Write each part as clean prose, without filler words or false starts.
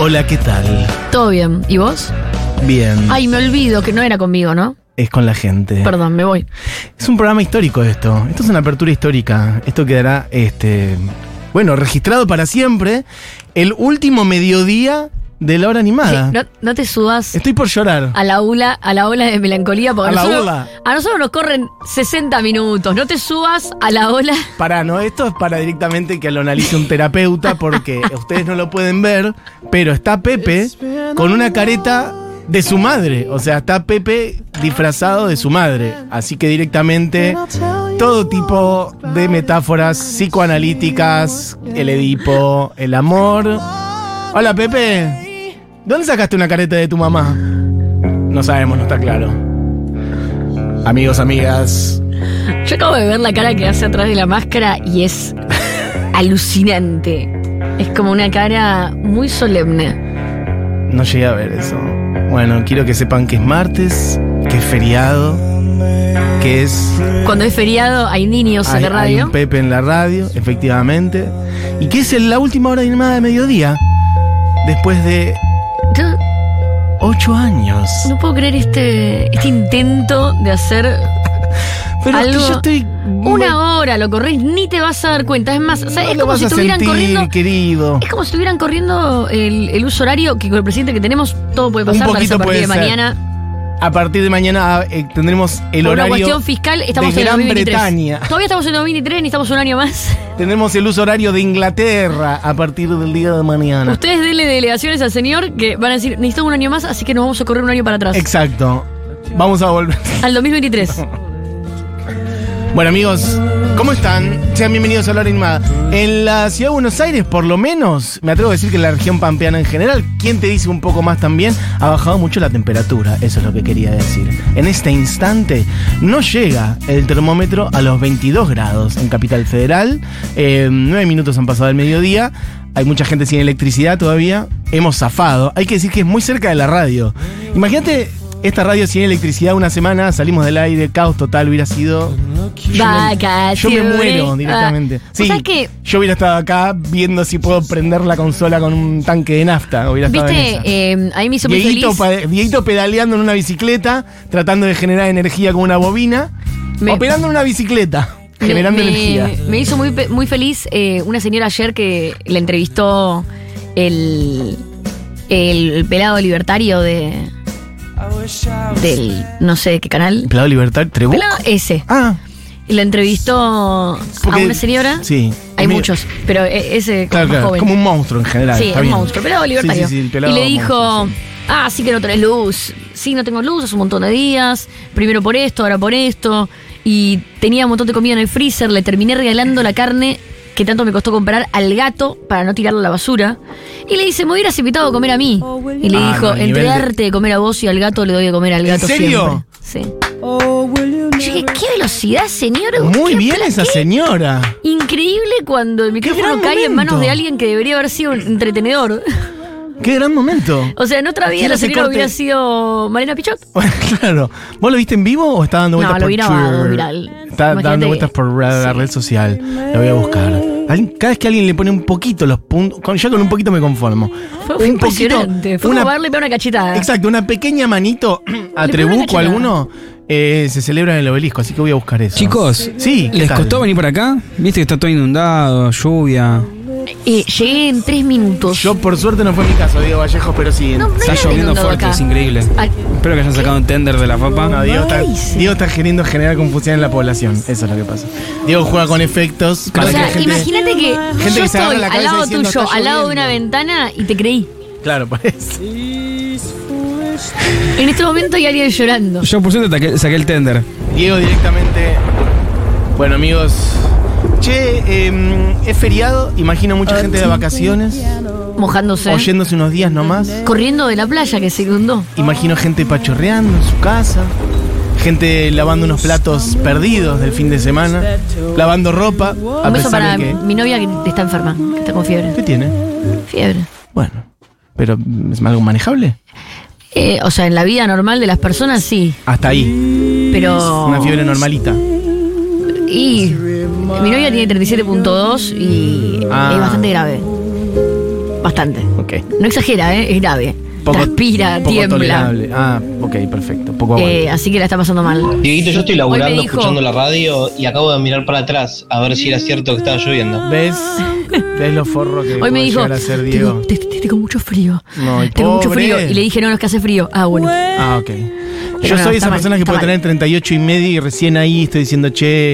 Hola, ¿qué tal? Todo bien. ¿Y vos? Bien. Ay, me olvido que no era conmigo, ¿no? Es con la gente. Perdón, me voy. Es un programa histórico esto. Esto es una apertura histórica. Esto quedará, registrado para siempre. El último mediodía de la hora animada. No te subas Estoy por llorar. a la ola de melancolía porque A la ola. a nosotros nos corren 60 minutos. No te subas a la ola. Pará, no, esto es para directamente que lo analice un terapeuta porque ustedes no lo pueden ver, pero está Pepe con una careta de su madre. O sea, está Pepe disfrazado de su madre. Así que directamente todo tipo de metáforas psicoanalíticas, el Edipo, el amor. Hola, Pepe. ¿Dónde sacaste una careta de tu mamá? No sabemos, no está claro. Amigos, amigas. Yo acabo de ver la cara que hace atrás de la máscara y es alucinante. Es como una cara muy solemne. No llegué a ver eso. Bueno, quiero que sepan que es martes, que es feriado, que es... Cuando es feriado hay niños en la Hay radio. un Pepe en la radio, efectivamente. Y que es la última hora animada de mediodía. Después de Yo 8 años. no puedo creer este intento de hacer Pero es que algo. yo estoy... Una hora lo corres, ni te vas a dar cuenta. Es más, o sea, No es lo como vas si a estuvieran sentir, corriendo. querido. Es como si estuvieran corriendo el uso horario que con el presidente que tenemos todo puede pasar. Un Tal vez poquito a partir de puede ser. mañana. A partir de mañana tendremos el Por una horario cuestión fiscal, estamos de en Gran 2023. Bretaña. Todavía estamos en 2023, necesitamos un año más. Tenemos el uso horario de Inglaterra a partir del día de mañana. Ustedes denle delegaciones al señor que van a decir, necesitamos un año más, así que nos vamos a correr un año para atrás. Exacto. Vamos a volver. Al 2023. Bueno, amigos, ¿cómo están? Sean bienvenidos a la hora animada. En la ciudad de Buenos Aires, por lo menos, me atrevo a decir que en la región pampeana en general, ¿quién te dice un poco más también? Ha bajado mucho la temperatura, eso es lo que quería decir. En este instante no llega el termómetro a los 22 grados en Capital Federal. 9 minutos han pasado del mediodía. Hay mucha gente sin electricidad todavía. Hemos zafado. Hay que decir que es muy cerca de la radio. Imagínate esta radio sin electricidad una semana, salimos del aire, caos total, hubiera sido... Yo me muero directamente. Sí, ¿Sabes qué? yo hubiera estado acá viendo si puedo prender la consola con un tanque de nafta. Hubiera estado en esa. A mí me hizo muy feliz. Dieguito pedaleando en una bicicleta, tratando de generar energía con una bobina, operando en una bicicleta, generando energía. Me hizo muy feliz una señora ayer que le entrevistó el pelado libertario del no sé de qué canal. ¿Pelado Libertad? ¿Trebú? Pelado ese. Ah, Y la entrevistó porque- a una señora. sí. Hay Mira, muchos, pero ese Claro, más claro, joven. como un monstruo en general. Sí, está es un bien. monstruo, pelado libertario. Sí, el pelado y le dijo, monstruo, sí que no tenés luz. Sí, no tengo luz hace un montón de días. Primero por esto, ahora por esto. Y tenía un montón de comida en el freezer. Le terminé regalando la carne que tanto me costó comprar al gato para no tirarla a la basura. Y le dice, me hubieras invitado a comer a mí. Y le dijo, no, nivel entre de- darte de comer a vos y al gato, le doy de comer al ¿En gato serio? siempre. Sí. Yo dije, qué velocidad, señor. Muy Qué bien esa señora. Increíble cuando el micrófono gran cae en momento. manos de alguien que debería haber sido un entretenedor. Qué gran momento. O sea, en otra vida Quiero la ese señora corte. hubiera sido Marina Pichot. Claro. ¿Vos lo viste en vivo o está dando vueltas No, lo por vi grabado, Twitter? viral. Está Imagínate. dando vueltas por la Sí. red social. Lo voy a buscar. Cada vez que alguien le pone un poquito los puntos, ya con un poquito me conformo. Fue impresionante. Fue como darle una cachetada. Exacto, una pequeña manito a Le pegó una Trebuco, cachetada. alguno, se celebra en el obelisco, así que voy a buscar eso. Chicos, Sí, ¿qué ¿les tal? costó venir para acá? Viste que está todo inundado, lluvia. Llegué en 3 minutos. Yo por suerte no fue mi caso, Diego Vallejo, pero sí. No, Está hay lloviendo inundado fuerte, acá. es increíble. Ay, Espero que hayan sacado un tender de la papa. No, Diego Nice. está queriendo generar confusión en la población. Eso es lo que pasa. Diego juega con efectos para o sea, que la gente... imagínate que gente yo que se agarra estoy la al cabeza lado diciendo, tuyo, "Está al lado de lloviendo". una ventana y te creí. Claro, parece. En este momento hay alguien llorando. Yo por suerte saqué el tender. Diego directamente... Bueno, amigos... Che, es feriado, imagino mucha gente de vacaciones, Mojándose. oyéndose unos días nomás. Corriendo de la playa que se inundó. Imagino gente pachorreando en su casa, gente lavando unos platos perdidos del fin de semana, lavando ropa, a Un beso pesar para de que... mi novia que está enferma, que está con fiebre. ¿Qué tiene? Fiebre. Bueno, pero ¿es algo manejable? O sea, en la vida normal de las personas sí, Hasta ahí, pero... una fiebre normalita. Y mi novia tiene 37.2 y Ah. es bastante grave. bastante. Ok. No exagera, es grave. Transpira, poco tiembla. tolerable. Ah, ok, perfecto. Poco aguante. Así que la está pasando mal. Dieguito, yo estoy Hoy laburando, me dijo- escuchando la radio y acabo de mirar para atrás a ver si era cierto que estaba lloviendo. ¿Ves lo forro que Hoy puede me dijo, llegar a ser Diego? tengo mucho frío. No, y Tengo mucho pobre. frío. Y le dije, no, es que hace frío. Ah, bueno. Ah, ok. Yo no, soy está esa mal, persona que está puede mal. tener 38 y medio y recién ahí estoy diciendo,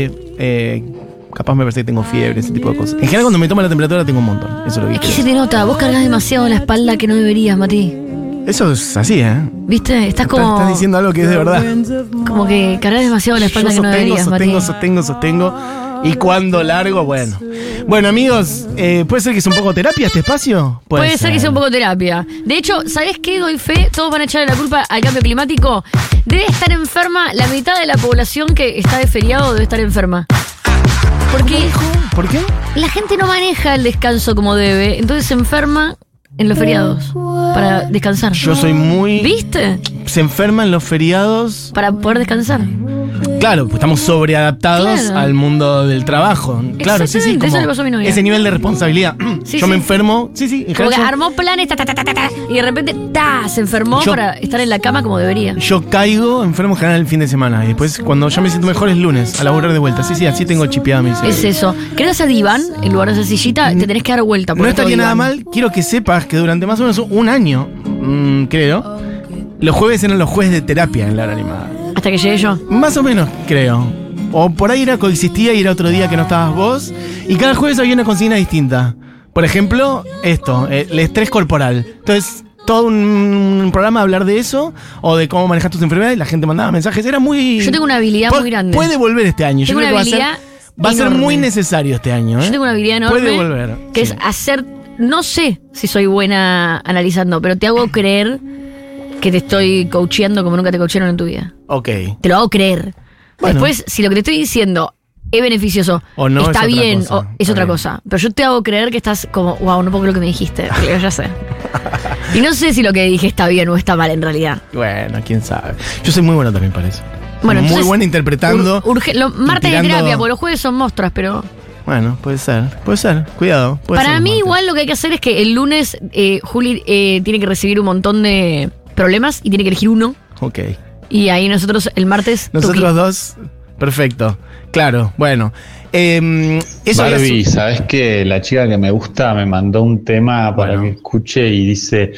capaz me parece que tengo fiebre, ese tipo de cosas. En general, cuando me toma la temperatura tengo un montón. Eso es lo que Es que quiero se te nota, vos cargas demasiado la espalda que no deberías, Mati. Eso es así, ¿eh? ¿Viste? Estás como. Estás diciendo algo que es de verdad. Como que cargas demasiado la espalda que no deberías, Mati. sostengo. Y cuando largo, bueno. Bueno, amigos, ¿puede ser que sea un poco terapia este espacio? Puede ser que sea un poco terapia. De hecho, ¿sabés qué? Doy fe, todos van a echarle la culpa al cambio climático. Debe estar enferma, la mitad de la población que está de feriado debe estar enferma. Porque ¿Por qué? la gente no maneja el descanso como debe, entonces se enferma en los feriados para descansar. Yo soy muy... ¿Viste? Se enferma en los feriados. Para poder descansar. Claro, pues estamos sobreadaptados Claro. al mundo del trabajo. Claro, sí, sí. Exactamente, eso como le pasó a mi novia. ese nivel de responsabilidad. Sí, Yo sí. me enfermo. Sí, sí. En Como que general armó planes, y de repente, se enfermó Yo- para estar en la cama como debería. yo caigo enfermo en general el fin de semana. Y después, cuando ya me siento mejor, es lunes, a laburar de vuelta. Sí, sí, así tengo chipeada mi cerebro. Es eso. ¿Querés hacer diván en lugar de esa sillita? Te tenés que dar vuelta. No porque estaría todo nada diván. mal. Quiero que sepas que durante más o menos un año, creo, los jueves eran los jueves de terapia en la hora animada. Hasta que llegué yo. Más o menos, creo. O por ahí coexistía y era otro día que no estabas vos. Y cada jueves había una consigna distinta. Por ejemplo, esto, el estrés corporal. Entonces, todo un programa a hablar de eso, o de cómo manejas tus enfermedades, la gente mandaba mensajes. Era muy... Yo tengo una habilidad muy grande. Puede volver este año. Tengo Yo creo una que habilidad va a ser enorme. muy necesario este año. Yo tengo una habilidad enorme. Puede volver. Que sí. es hacer. No sé si soy buena analizando, pero te hago creer que te estoy coacheando como nunca te coachearon en tu vida. Ok. Te lo hago creer. Bueno. Después, si lo que te estoy diciendo es beneficioso, O no, está es otra bien, cosa. o es Está otra bien. cosa. Pero yo te hago creer que estás como, wow, no puedo creer lo que me dijiste. Porque ya sé. Y no sé si lo que dije está bien o está mal en realidad. Bueno, quién sabe. Yo soy muy bueno también para eso. Bueno, muy entonces, buena interpretando. Los martes y de tirando- terapia, porque los jueves son monstruos, pero. Bueno, puede ser. Cuidado. puede Para ser mí, un martes. igual lo que hay que hacer es que el lunes Juli tiene que recibir un montón de problemas y tiene que elegir uno. Ok. Y ahí nosotros el martes. Nosotros dos. Perfecto. Claro, bueno. Eso ya Barbie, es- ¿sabes que la chica que me gusta me mandó un tema para Bueno. que escuche y dice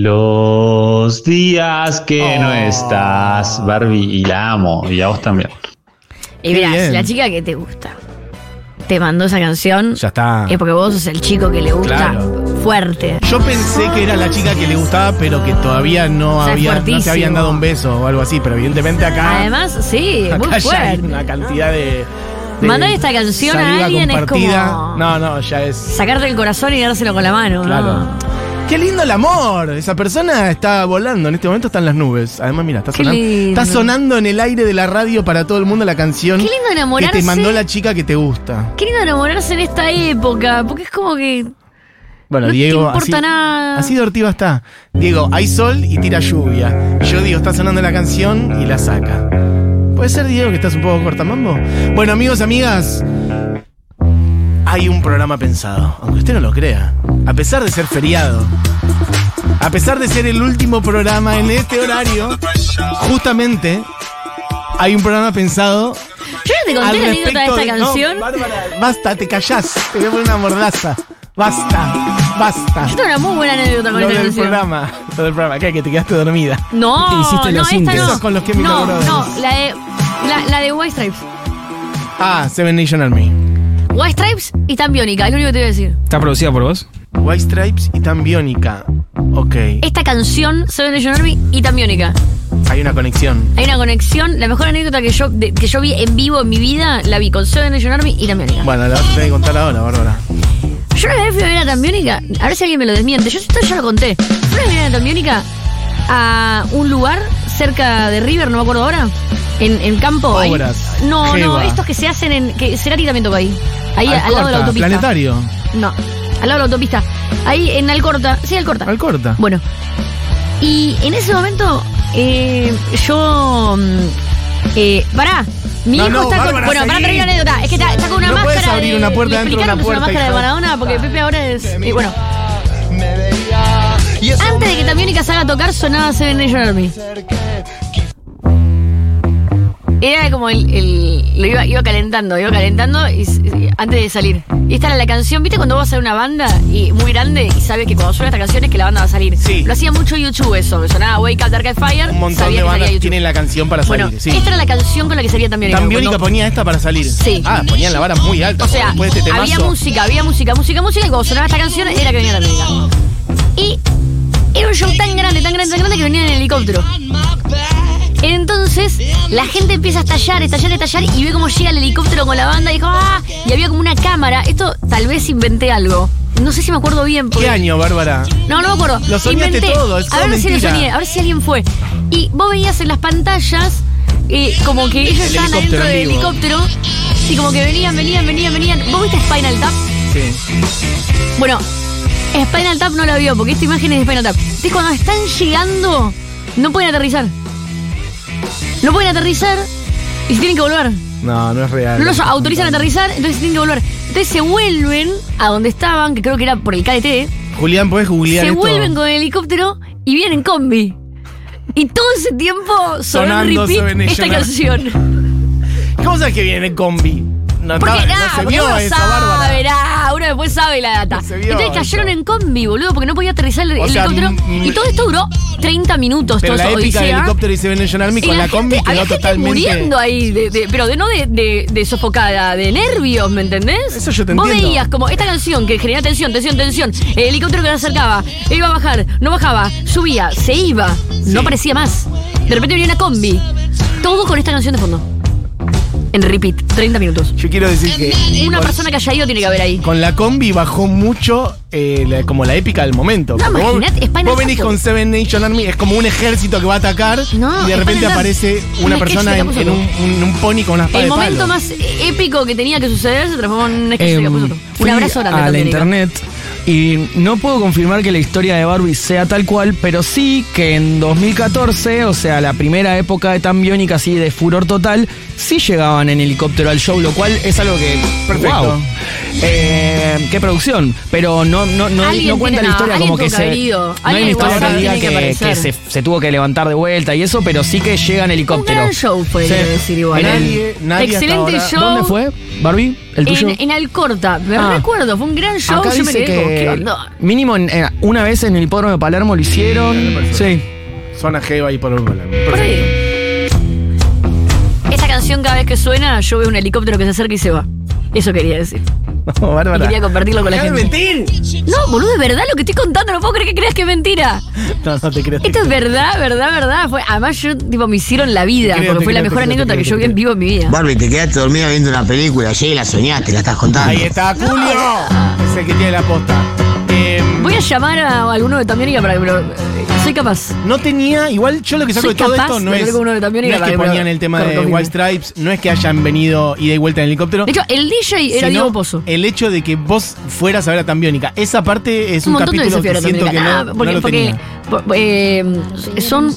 los días que no estás, Barbie, y la amo, y a vos también. Y mirá, bien. si la chica que te gusta te mandó esa canción, Ya está. es porque vos sos el chico que le gusta Claro. fuerte. Yo pensé que era la chica que le gustaba, pero que todavía no, O sea, es no se fuertísimo. habían dado un beso o algo así. Pero evidentemente acá. Además, sí, acá muy ya hay fuerte. una cantidad de. Mandar esta canción a saliva alguien es compartida. como- No, ya es. Sacarte el corazón y dárselo con la mano. Claro. ¿no? Qué lindo el amor. Esa persona está volando. En este momento está en las nubes. Además, mira, Qué lindo. está sonando en el aire de la radio para todo el mundo la canción. Qué lindo que enamorarse. te mandó la chica que te gusta. Qué lindo enamorarse en esta época, porque es como que Bueno, no Diego, te importa nada. así de hortiva está. Diego, hay sol y tira lluvia. Yo digo, está sonando la canción y la saca. ¿Puede ser, Diego, que estás un poco cortamambo? Bueno, amigos, amigas, hay un programa pensado, aunque usted no lo crea. A pesar de ser feriado, a pesar de ser el último programa en este horario, justamente hay un programa pensado. Yo ya te conté la anécdota de esta canción. No, Bárbara, basta, te callás. Te voy a poner una mordaza. Basta. Yo tengo una muy buena anécdota con Lo esta del canción. programa. Lo del programa. ¿Qué? Que te quedaste dormida. No, Hiciste no, la esta síntesis. no. Esos con los Chemical no, Brothers. no, la de White Stripes. Ah, Seven Nation Army. White Stripes y tan biónica, es lo único que te voy a decir. ¿Está producida por vos? White Stripes y tan biónica. Ok. Esta canción, Seven Nation Army y tan biónica. Hay una conexión. Hay una conexión. La mejor anécdota que yo vi en vivo en mi vida, la vi con Seven Nation Army y tan biónica. Bueno, la vas a tener que contar ahora, Bárbara. Yo una vez fui a ver a tan biónica, a ver si alguien me lo desmiente. Yo esto ya lo conté. Fui a ver a tan biónica a un lugar cerca de River, no me acuerdo ahora. En campo. ahí. Obras. No, Jeva. estos que se hacen en. Que Cerati también toca ahí. Ahí al lado de la Alcorta, autopista. Planetario. No, al lado de la autopista. Ahí en Alcorta. Sí, Alcorta. Alcorta. Bueno. Y en ese momento, yo. Pará. Mi No, hijo no, está con. Bárbara, Bueno, para seguí. traer la anécdota. Es que está con una No máscara. puedes abrir una puerta le dentro de una explicaron que es puerta, una máscara de hija. Maradona porque Pepe ahora es. Bueno. Antes de que Tambiónica salga a tocar, sonaba Seven Nation Army. Era como lo iba calentando y antes de salir. Y esta era la canción, ¿viste cuando vas a una banda y muy grande y sabes que cuando suena esta canción es que la banda va a salir? Sí. Lo hacía mucho YouTube eso, me sonaba Wake Up Dark Fire. Un montón de bandas tienen la canción para salir. Bueno, sí. esta era la canción con la que salía Tambiónica. Tambiónica ponía esta para salir. Sí. Ponían la vara muy alta. O sea, después de este había temazo. música, y cuando sonaba esta canción era que venía Tambiónica. Y era un show tan grande que venía en el helicóptero. Entonces, la gente empieza a estallar y ve cómo llega el helicóptero con la banda y dijo, y había como una cámara. Esto tal vez inventé algo. No sé si me acuerdo bien. ¿Qué año, Bárbara? No me acuerdo. Lo soñaste todo, es a ver si lo soñé, a ver si alguien fue. Y vos veías en las pantallas como que ellos estaban adentro del helicóptero y como que venían. ¿Vos viste Spinal Tap? Sí. Bueno, Spinal Tap no la vio porque esta imagen es de Spinal Tap. Entonces cuando están llegando, no pueden aterrizar. Y se tienen que volver. No es real. No los autorizan a aterrizar, entonces se tienen que volver. Entonces se vuelven a donde estaban, que creo que era por el KDT. Julián, ¿podés googlear Se esto? vuelven con el helicóptero y vienen en combi. Y todo ese tiempo sonó en Sonando repeat Seven esta Nation canción. ¿Cómo sabes que viene en combi? No, Porque no se porque vio uno eso, sabe, Bárbara. uno después sabe la data. No se vio Entonces cayeron eso. en combi, boludo, porque no podía aterrizar el O sea, helicóptero. Y todo esto duró 30 minutos. Pero todo la eso, épica del odisea. helicóptero y Seven Nation Army Y con la combi había quedó gente totalmente... muriendo ahí, pero no de sofocada, de nervios, ¿me entendés? Eso yo te Vos entiendo. veías como esta canción que generaba tensión. El helicóptero que se acercaba, iba a bajar, no bajaba, subía, se iba, no aparecía más. De repente venía una combi. Todo con esta canción de fondo. En repeat, 30 minutos. Yo quiero decir que... Una persona que haya ido tiene que haber ahí. Con la combi bajó mucho como la épica del momento. No, Porque imagínate, Spinal vos Tap. venís con Seven Nation Army, es como un ejército que va a atacar No, y de repente Spinal Tap. aparece una Un persona sketch en de Capuzotto. un pony con una espada El de momento palo. más épico que tenía que suceder se transformó en un sketch de Capuzotto. Un Fui abrazo grande a la también, internet y no puedo confirmar que la historia de Barbie sea tal cual, pero sí que en 2014, o sea, la primera época de Tambiónica así de furor total, sí llegaban en helicóptero al show, lo cual es algo que... Perfecto. ¡Wow! ¡Qué producción! Pero no Alguien cuenta tiene- la historia alguien como que tuvo que haber se... ido. No hay Alguien una historia igual que diga tiene que que aparecer. se tuvo que levantar de vuelta y eso, pero sí que llega en Un helicóptero. gran show fue, Sí. quiero decir igual. En el- Nadie hasta Excelente ahora- show. ¿Dónde fue, Barbie? ¿El tuyo? En Alcorta, me Ah. recuerdo, fue un gran show. Acá Yo me dice quedé como, ¿qué que onda? mínimo una vez en el hipódromo de Palermo lo hicieron. Sí. Zona Geva ahí por el Por ahí. Esta canción cada vez que suena, yo veo un helicóptero que se acerca y se va. Eso quería decir. No, Bárbara. Y quería compartirlo con la ¡Dejá de gente. mentir! No, boludo, es verdad lo que estoy contando, no puedo creer que creas que es mentira. No te creas. Esto es verdad. Además, yo, tipo, me hicieron la vida, Te creo, porque te fue la creo, mejor te creo, anécdota te que creo, yo vi te en vivo en mi vida. Barbie, te quedaste dormida viendo una película ayer y la soñaste, la estás contando. Ahí está, Julio. Es el que tiene la posta. Voy a llamar a alguno de Tambiónica para que me lo... Soy capaz. No tenía, igual yo lo que saco Soy de todo capaz esto no de es, hablar con uno de no Tambiónica es para que que me ponían lo el tema de confirme. White Stripes, no es que hayan venido ida y vuelta en helicóptero. De hecho, el DJ era sino Diego Pozo. el hecho de que vos fueras a ver a Tambiónica. Esa parte es un montón de capítulo que desafíos de siento que Tambiónica. no, porque, no lo tenía. son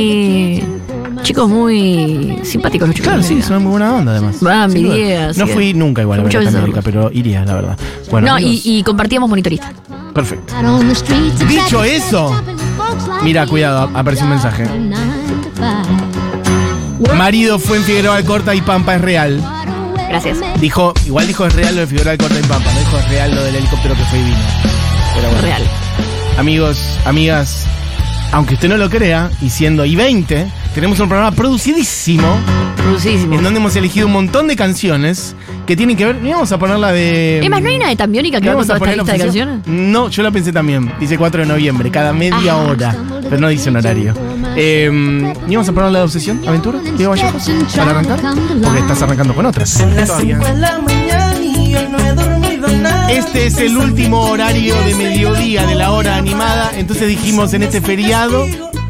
chicos muy simpáticos los chicos. Claro, de sí, Tambiónica. son muy buena onda además. Van, Sin duda. Díaz, No sí. fui nunca igual a ver Muchas a veces Tambiónica, pero iría, la verdad. Bueno, No, amigos, y compartíamos monitorista. perfecto. Dicho eso, mira, cuidado, apareció un mensaje. Marido fue en Figueroa Alcorta y Pampa es real. Gracias. Igual dijo es real lo de Figueroa Alcorta y Pampa, no dijo es real lo del helicóptero que fue y vino. Pero bueno. Real. Amigos, amigas, aunque usted no lo crea, y siendo I-20, tenemos un programa producidísimo Producidísimo. en donde hemos elegido un montón de canciones que tienen que ver. Ni vamos a ponerla de. Es más, ¿no hay una de Tambiónica que va con toda esta lista de canciones? No, yo la pensé también. Dice 4 de noviembre, cada media hora. Pero no dice un horario. ¿Ni vamos a poner la de Obsesión, Aventura, Diego Vallejos? Para arrancar. Porque estás arrancando con otras. Todavía. Este es el último horario de mediodía de la hora animada. Entonces dijimos en este feriado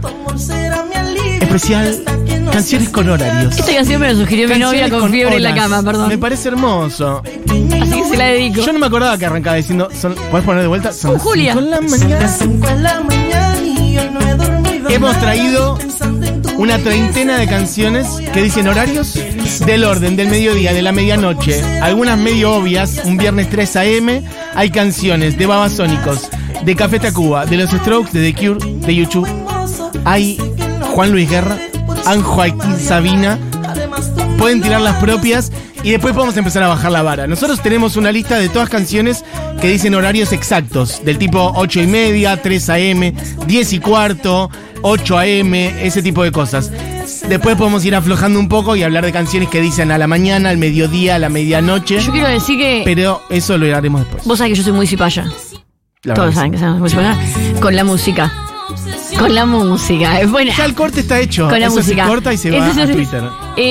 especial canciones con horarios. Esta canción me la sugirió mi novia Canciones con fiebre en la horas. cama, perdón. Me parece hermoso. Así que se la dedico. Yo no me acordaba que arrancaba diciendo. ¿Puedes poner de vuelta? Son las Julia. 5 de la mañana. Hemos traído una treintena de canciones que dicen horarios del orden, del mediodía, de la medianoche. Algunas medio obvias. Un viernes 3 AM. Hay canciones de Babasónicos, de Café Tacuba, de los Strokes, de The Cure, de YouTube. Hay Juan Luis Guerra, An Joaquín Sabina. Pueden tirar las propias y después podemos empezar a bajar la vara. Nosotros tenemos una lista de todas canciones que dicen horarios exactos, del tipo 8:30, 3 AM, 10:15, 8 AM, ese tipo de cosas. Después podemos ir aflojando un poco y hablar de canciones que dicen a la mañana, al mediodía, a la medianoche. Yo quiero decir que... Pero eso lo haremos después. Vos sabés que yo soy muy cipaya. La Todos verdad saben que soy muy cipaya. Con la música. Con la música. Es buena. Ya el corte está hecho. Con la Eso música. se corta y se va a Twitter.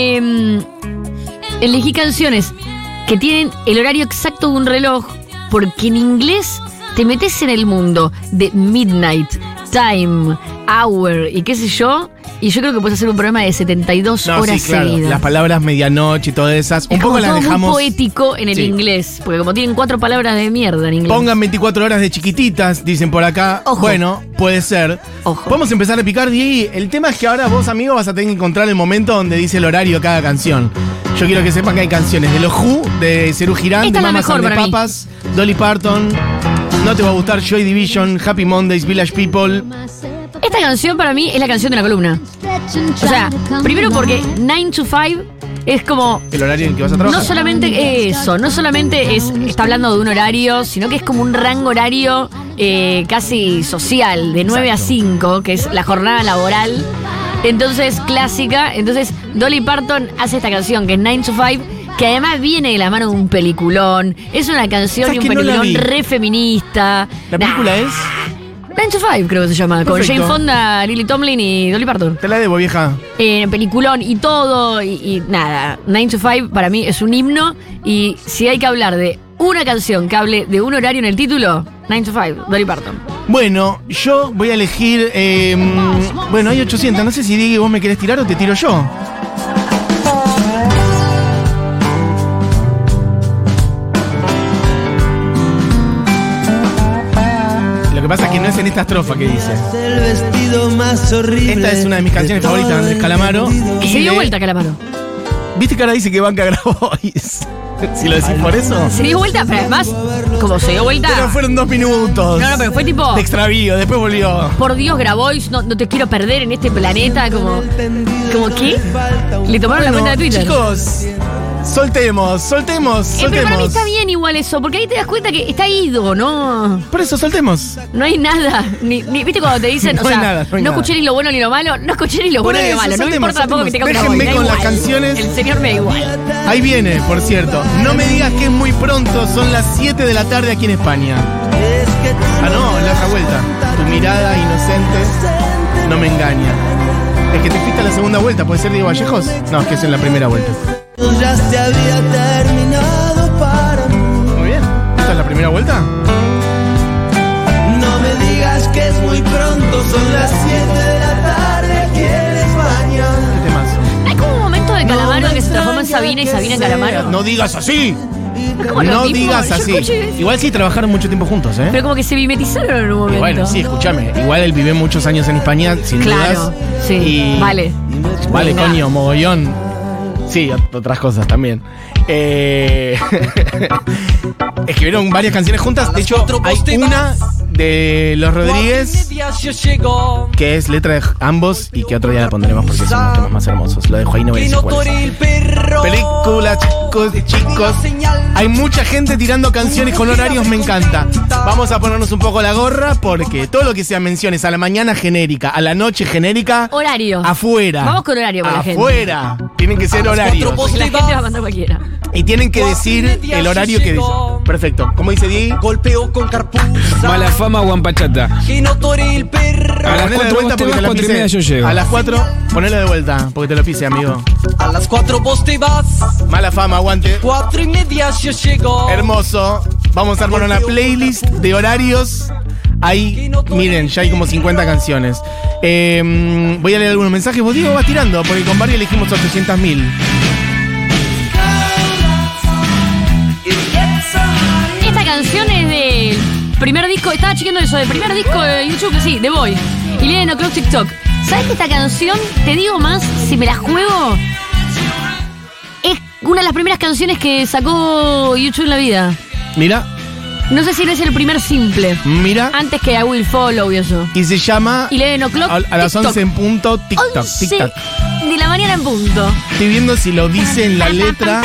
Elegí canciones que tienen el horario exacto de un reloj porque en inglés te metes en el mundo de midnight, time, hour y qué sé yo. Y yo creo que puedes hacer un programa de 72 horas sí, claro. seguidas. Las palabras medianoche y todas esas. Es Un poco como las todo dejamos. muy poético en el Sí. inglés. Porque como tienen 4 palabras de mierda en inglés. Pongan 24 horas de chiquititas, dicen por acá. Ojo. Bueno, puede ser. Ojo. Vamos a empezar a picar, Diego. El tema es que ahora vos, amigo, vas a tener que encontrar el momento donde dice el horario de cada canción. Yo quiero que sepan que hay canciones de los Who, de Serú Girán, Esta de es la Mamas mejor and the para mí. Papas, Dolly Parton. No te va a gustar Joy Division, Happy Mondays, Village People. Esta canción para mí es la canción de la columna. O sea, primero porque 9 to 5 es como... El horario en que vas a trabajar. No solamente eso, no solamente está hablando de un horario, sino que es como un rango horario casi social, de 9 Exacto. a 5, que es la jornada laboral. Entonces, clásica. Entonces, Dolly Parton hace esta canción, que es 9 to 5, que además viene de la mano de un peliculón. Es una canción ¿Sabes y un que no la peliculón vi? re feminista. La película es... 9 to 5 creo que se llama, con Perfecto. Jane Fonda, Lily Tomlin y Dolly Parton. Te la debo, vieja. Peliculón y todo, y nada. 9 to 5 para mí es un himno. Y si hay que hablar de una canción que hable de un horario en el título, 9 to 5, Dolly Parton. Bueno, yo voy a elegir... bueno, hay 800. No sé si Diego vos me querés tirar o te tiro yo. Lo que pasa es que no es en esta estrofa que dice. El vestido más horrible. Esta es una de mis canciones favoritas de Andrés Calamaro. Que se dio vuelta, Calamaro. ¿Viste que ahora dice que Banca Grabois? Si lo decís por eso. Se dio vuelta, pero además, como se dio vuelta. Pero fueron 2 minutos. No, pero fue tipo. De extravío, después volvió. Por Dios, Grabois, no te quiero perder en este planeta. Como ¿qué? Le tomaron la cuenta de Twitter. Chicos, soltemos. Pero para mí está bien igual eso, porque ahí te das cuenta que está ido, ¿no? Por eso, soltemos. No hay nada. Ni ¿viste cuando te dicen, No o sea, hay nada, no hay nada. escuché ni lo bueno ni lo malo? No escuché ni lo Por bueno ni lo eso, malo. No me soltemos, importa tampoco que tenga soltemos. una voz. Déjenme Da con las igual. canciones. El señor me da igual. Ahí viene, por cierto. No me digas que es muy pronto, son las 7 de la tarde aquí en España. Ah, no, la otra vuelta. Tu mirada inocente no me engaña. Es que te fuiste a la segunda vuelta, ¿puede ser Diego Vallejos? No, es que es en la primera vuelta. Ya se había terminado para mí. Muy bien. ¿Esta es la primera vuelta? No me digas que es muy pronto, son las 7 de la tarde aquí en España. ¿Qué temas? Hay como un momento de Calamaro que se transforma en Sabina y Sabina en Calamaro. No digas así. Como los No tipos, digas yo así. escuché- Igual sí trabajaron mucho tiempo juntos, ¿eh? Pero como que se mimetizaron en un Y momento. bueno, sí, escúchame. Igual él vive muchos años en España, sin Claro, dudas. sí, Y- vale. Vale, Venga. coño, mogollón. Sí, otras cosas también. Escribieron varias canciones juntas. De hecho, hay una de Los Rodríguez que es letra de ambos y que otro día la pondremos porque son los temas más hermosos. Lo dejo ahí, no voy a decir cuál es. Película, chicos. Hay mucha gente tirando canciones con horarios, me encanta. Vamos a ponernos un poco la gorra porque todo lo que sea menciones a la mañana genérica, a la noche genérica, Horario. afuera. Vamos con horario para la gente. Afuera. Tienen que ser horarios. Porque la gente va a mandar cualquiera. Y tienen que decir el horario que dice. Perfecto. ¿Cómo dice Diego? Golpeo con carpuza. Mala fama, guampachata. Que no tore el perro. A las Ponela de 4 vuelta vos te porque vas, te lo 4 y pise. media yo llego. A las 4, ponelo de vuelta porque te lo pise, amigo. A las 4 vos te vas. Mala fama, aguante. 4 y media yo llego. Hermoso. Vamos a armar una playlist de horarios. Ahí, miren, ya hay como 50 canciones. Voy a leer algunos mensajes. Vos, Diego, vas tirando, porque con Barbie elegimos 800.000. Esta canción es del primer disco. Estaba chequeando eso, del primer disco de YouTube, que sí, The Boy. Y leen O'Clock TikTok. ¿Sabes que esta canción, te digo más, si me la juego, es una de las primeras canciones que sacó YouTube en la vida? Mira, No sé si es el primer simple. Mira. Antes que I Will Follow y eso. Y se llama 11 o'clock. a las TikTok. 11 en punto, TikTok. 11 TikTok. de la mañana en punto. Estoy viendo si lo dice en la letra.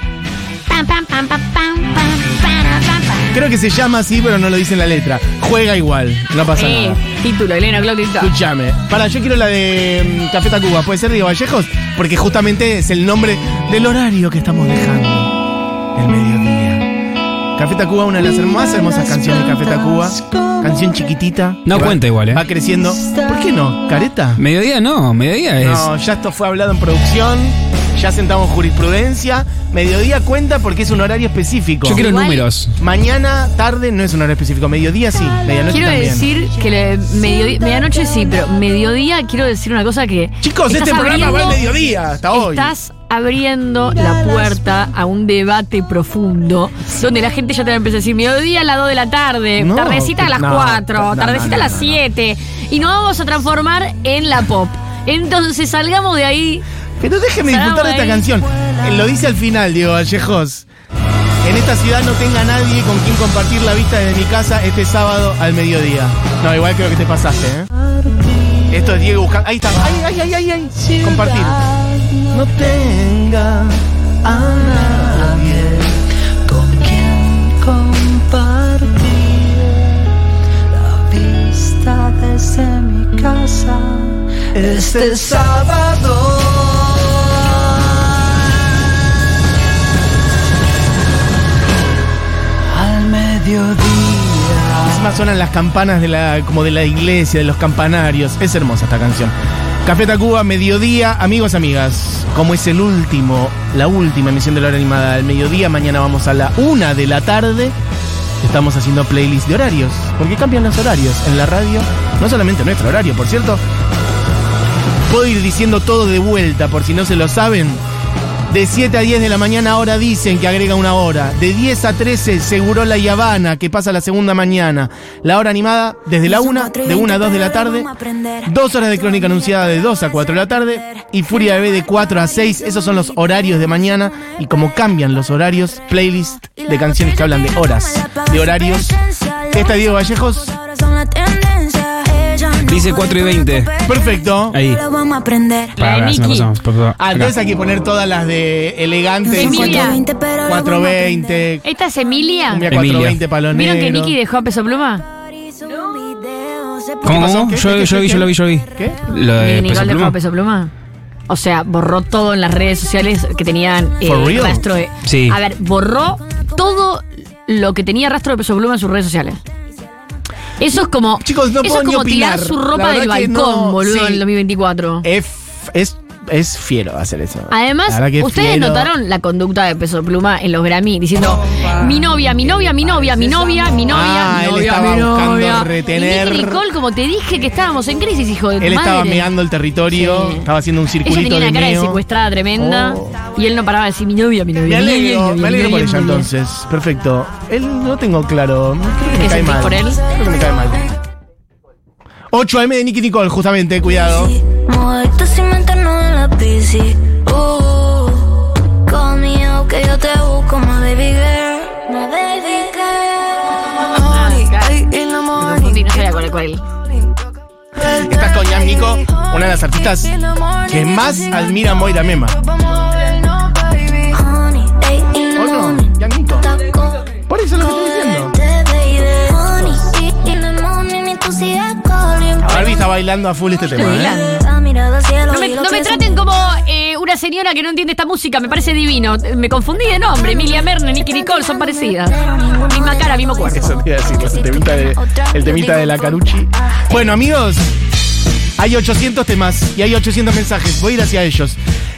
Creo que se llama así, pero no lo dice en la letra. Juega igual, no pasa nada. Título, 11 o'clock TikTok. Escúchame. Yo quiero la de Café Tacuba. ¿Puede ser Diego Vallejos? Porque justamente es el nombre del horario que estamos dejando. El mediodía. Café Tacuba, una de las más hermosas canciones de Café Tacuba. Canción chiquitita. No que cuenta igual, Va creciendo. ¿Por qué no? ¿Careta? Mediodía no, mediodía es. No, ya esto fue hablado en producción. Ya sentamos jurisprudencia. Mediodía cuenta porque es un horario específico. Yo quiero Igual- números. Mañana, tarde no es un horario específico. Mediodía sí, medianoche Quiero también. decir que medianoche sí, pero mediodía quiero decir una cosa que... Chicos, estás este programa va al abriendo- mediodía, hasta hoy. Estás abriendo la puerta a un debate profundo donde la gente ya te va a empezar a decir mediodía a las 2 de la tarde, No, tardecita a las no, 4, no, tardecita no, a las no. 7 y nos vamos a transformar en la pop. Entonces salgamos de ahí. Pero déjeme disfrutar de esta ahí. canción. Lo dice al final, Diego Vallejos. En esta ciudad no tenga nadie con quien compartir la vista desde mi casa este sábado al mediodía. No, igual creo que te pasaste, ¿eh? Esto es Diego buscando. Ahí está. Ay. Compartir. No tenga a nadie. Con quien compartir la vista desde mi casa este sábado. Al mediodía. Encima suenan las campanas como de la iglesia, de los campanarios. Es hermosa esta canción. Café Tacuba, mediodía, amigos, amigas. Como es la última emisión de la hora animada del mediodía, mañana vamos a la 1 de la tarde. Estamos haciendo playlist de horarios, porque cambian los horarios en la radio. No solamente nuestro horario, por cierto. Puedo ir diciendo todo de vuelta, por si no se lo saben. De 7 a 10 de la mañana ahora dicen que agrega una hora. De 10 a 13 Segurola y Habana, que pasa la segunda mañana. La hora animada desde la 1, de 1 a 2 de la tarde. 2 horas de crónica anunciada de 2 a 4 de la tarde. Y Furia Bebé de 4 a 6. Esos son los horarios de mañana. Y como cambian los horarios, playlist de canciones que hablan de horas, de horarios. Esta Diego Vallejos. Dice 4:20. Perfecto. Ahí. La de Para, se me Nicky. pasamos. Ah, entonces hay que poner todas las de elegante. Emilia. 420. ¿Esta es Emilia? Cumbia Emilia. 420 palonero. ¿Vieron que Nicky dejó a Peso Pluma? ¿Cómo? pasó? ¿Qué? Yo lo vi. ¿Qué? Lo de Nicky Peso Nicole dejó Pluma. a Peso Pluma. O sea, borró todo en las redes sociales que tenían For real? rastro de... Sí. A ver, borró todo lo que tenía rastro de Peso Pluma en sus redes sociales. Eso es como... Chicos, no eso puedo es ni como opinar. tirar su La ropa del verdad que balcón, no, boludo, sí. en el 2024. Es fiero hacer eso. Además, La verdad que es ustedes fiero. notaron la conducta de Peso Pluma en los Grammy diciendo mi novia, mi novia, mi novia, mi novia, mi novia, Ah, mi él novia, estaba mi buscando novia. retener. Y Nicky Nicole, como te dije que estábamos en crisis, hijo de tu Él madre. estaba meando el territorio, Sí. estaba haciendo un Ella circulito tenía de una cara de meo. secuestrada tremenda Oh. y él no paraba de decir mi novia, mi novia. Me mi alegro novia, mi por novia, ella mi novia. entonces. Perfecto. Él no tengo claro. Creo que me ¿Qué cae sentís mal. por él? Creo que me cae mal. 8 AM de Nicky Nicole, justamente, cuidado. Mojito cimento no en la bici. Conmigo que yo te busco, my baby girl. My baby girl. Me confundí, no sabía cuál. Estás con Yam Nico, una de las artistas que más admira a Moira Mema. ¿O no? Yam Nico. Por eso es lo que estoy diciendo. Barbie está bailando a full este tema, ¿eh? No me traten como una señora que no entiende esta música, me parece divino. Me confundí de nombre, Emilia Mernes, Nicky Nicole, son parecidas. Misma cara, mismo cuerpo. Eso te iba a decir, el temita de la Carucci. Bueno, amigos, hay 800 temas y hay 800 mensajes. Voy a ir hacia ellos.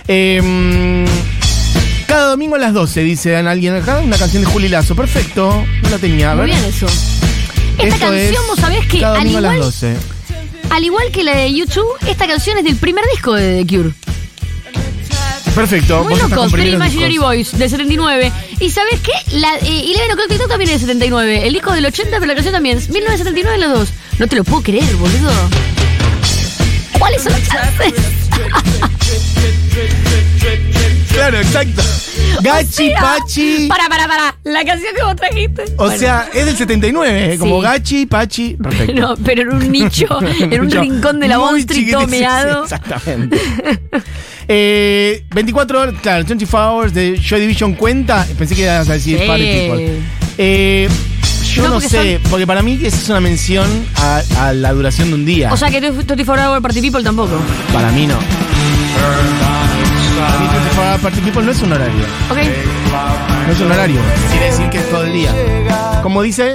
Cada domingo a las 12, dice alguien acá, una canción de Juli Lazo. Perfecto, no la tenía. A ver. Muy bien eso. Esta Esto canción, es vos sabés que cada al domingo a las igual, 12. al igual que la de YouTube, esta canción es del primer disco de The Cure. Perfecto. Muy vos estás con locos, Three primeros Imaginary discos. Boys, del 79. ¿Y sabés qué? Y Eleven O'Clock TikTok también es del 79. El disco del 80, pero la canción también. 1979 los dos. No te lo puedo creer, boludo. ¿Cuáles son las chances? Claro, exacto. Gachi, Pachi. Para. La canción que vos trajiste. O sea, es del 79, como Sí. Gachi, Pachi. Perfecto. No, pero en un nicho, en un rincón de la Muy Wall Street chiquitito, sí, tomeado. exactamente. 24 horas, claro, 24 Hours de Joy Division cuenta. Pensé que ibas a decir Sí. Party People. Yo No, no porque sé, porque para mí esa es una mención a la duración de un día. O sea que 24 Hour Party People tampoco. Para mí no. Para mí 24 Hours Party People no es un horario. Ok. No es un horario. Quiere decir que es todo el día. Como dice,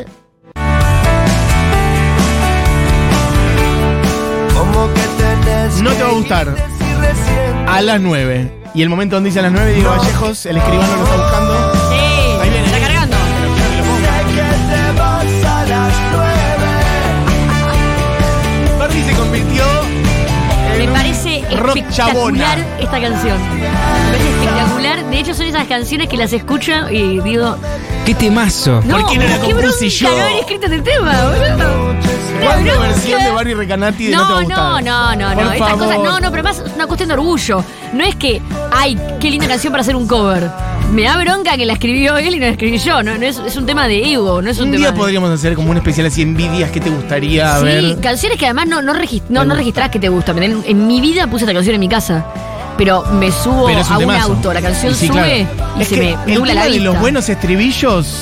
no te va a gustar. A las 9. Y el momento donde dice a las 9, digo Vallejos, el escribano lo está buscando. Sí. Ahí viene. Está cargando. Barbie se convirtió Me parece rock espectacular chabona. esta canción. Me parece espectacular. De hecho, son esas canciones que las escucho y digo, ¡Qué temazo! no, ¿Por qué no la qué compuse bronca yo? no haber escrito este tema, boludo. ¿Cuándo bronca. versión de Barbie Recanati de no te va a gustar? No. Por Estas favor. cosas, no, pero además es una cuestión de orgullo. No es que, ay, qué linda canción para hacer un cover. Me da bronca que la escribió él y no la escribí yo. No es un tema de ego, no es un Un tema día de- podríamos hacer como un especial así, envidias que te gustaría Sí, ver. canciones que además no registrás que te gustan. En mi vida puse esta canción en mi casa. Pero me subo Pero es un a un temazo. auto, la canción Sí, sube claro. y Es se que me el nubla tema la de vista. los buenos estribillos,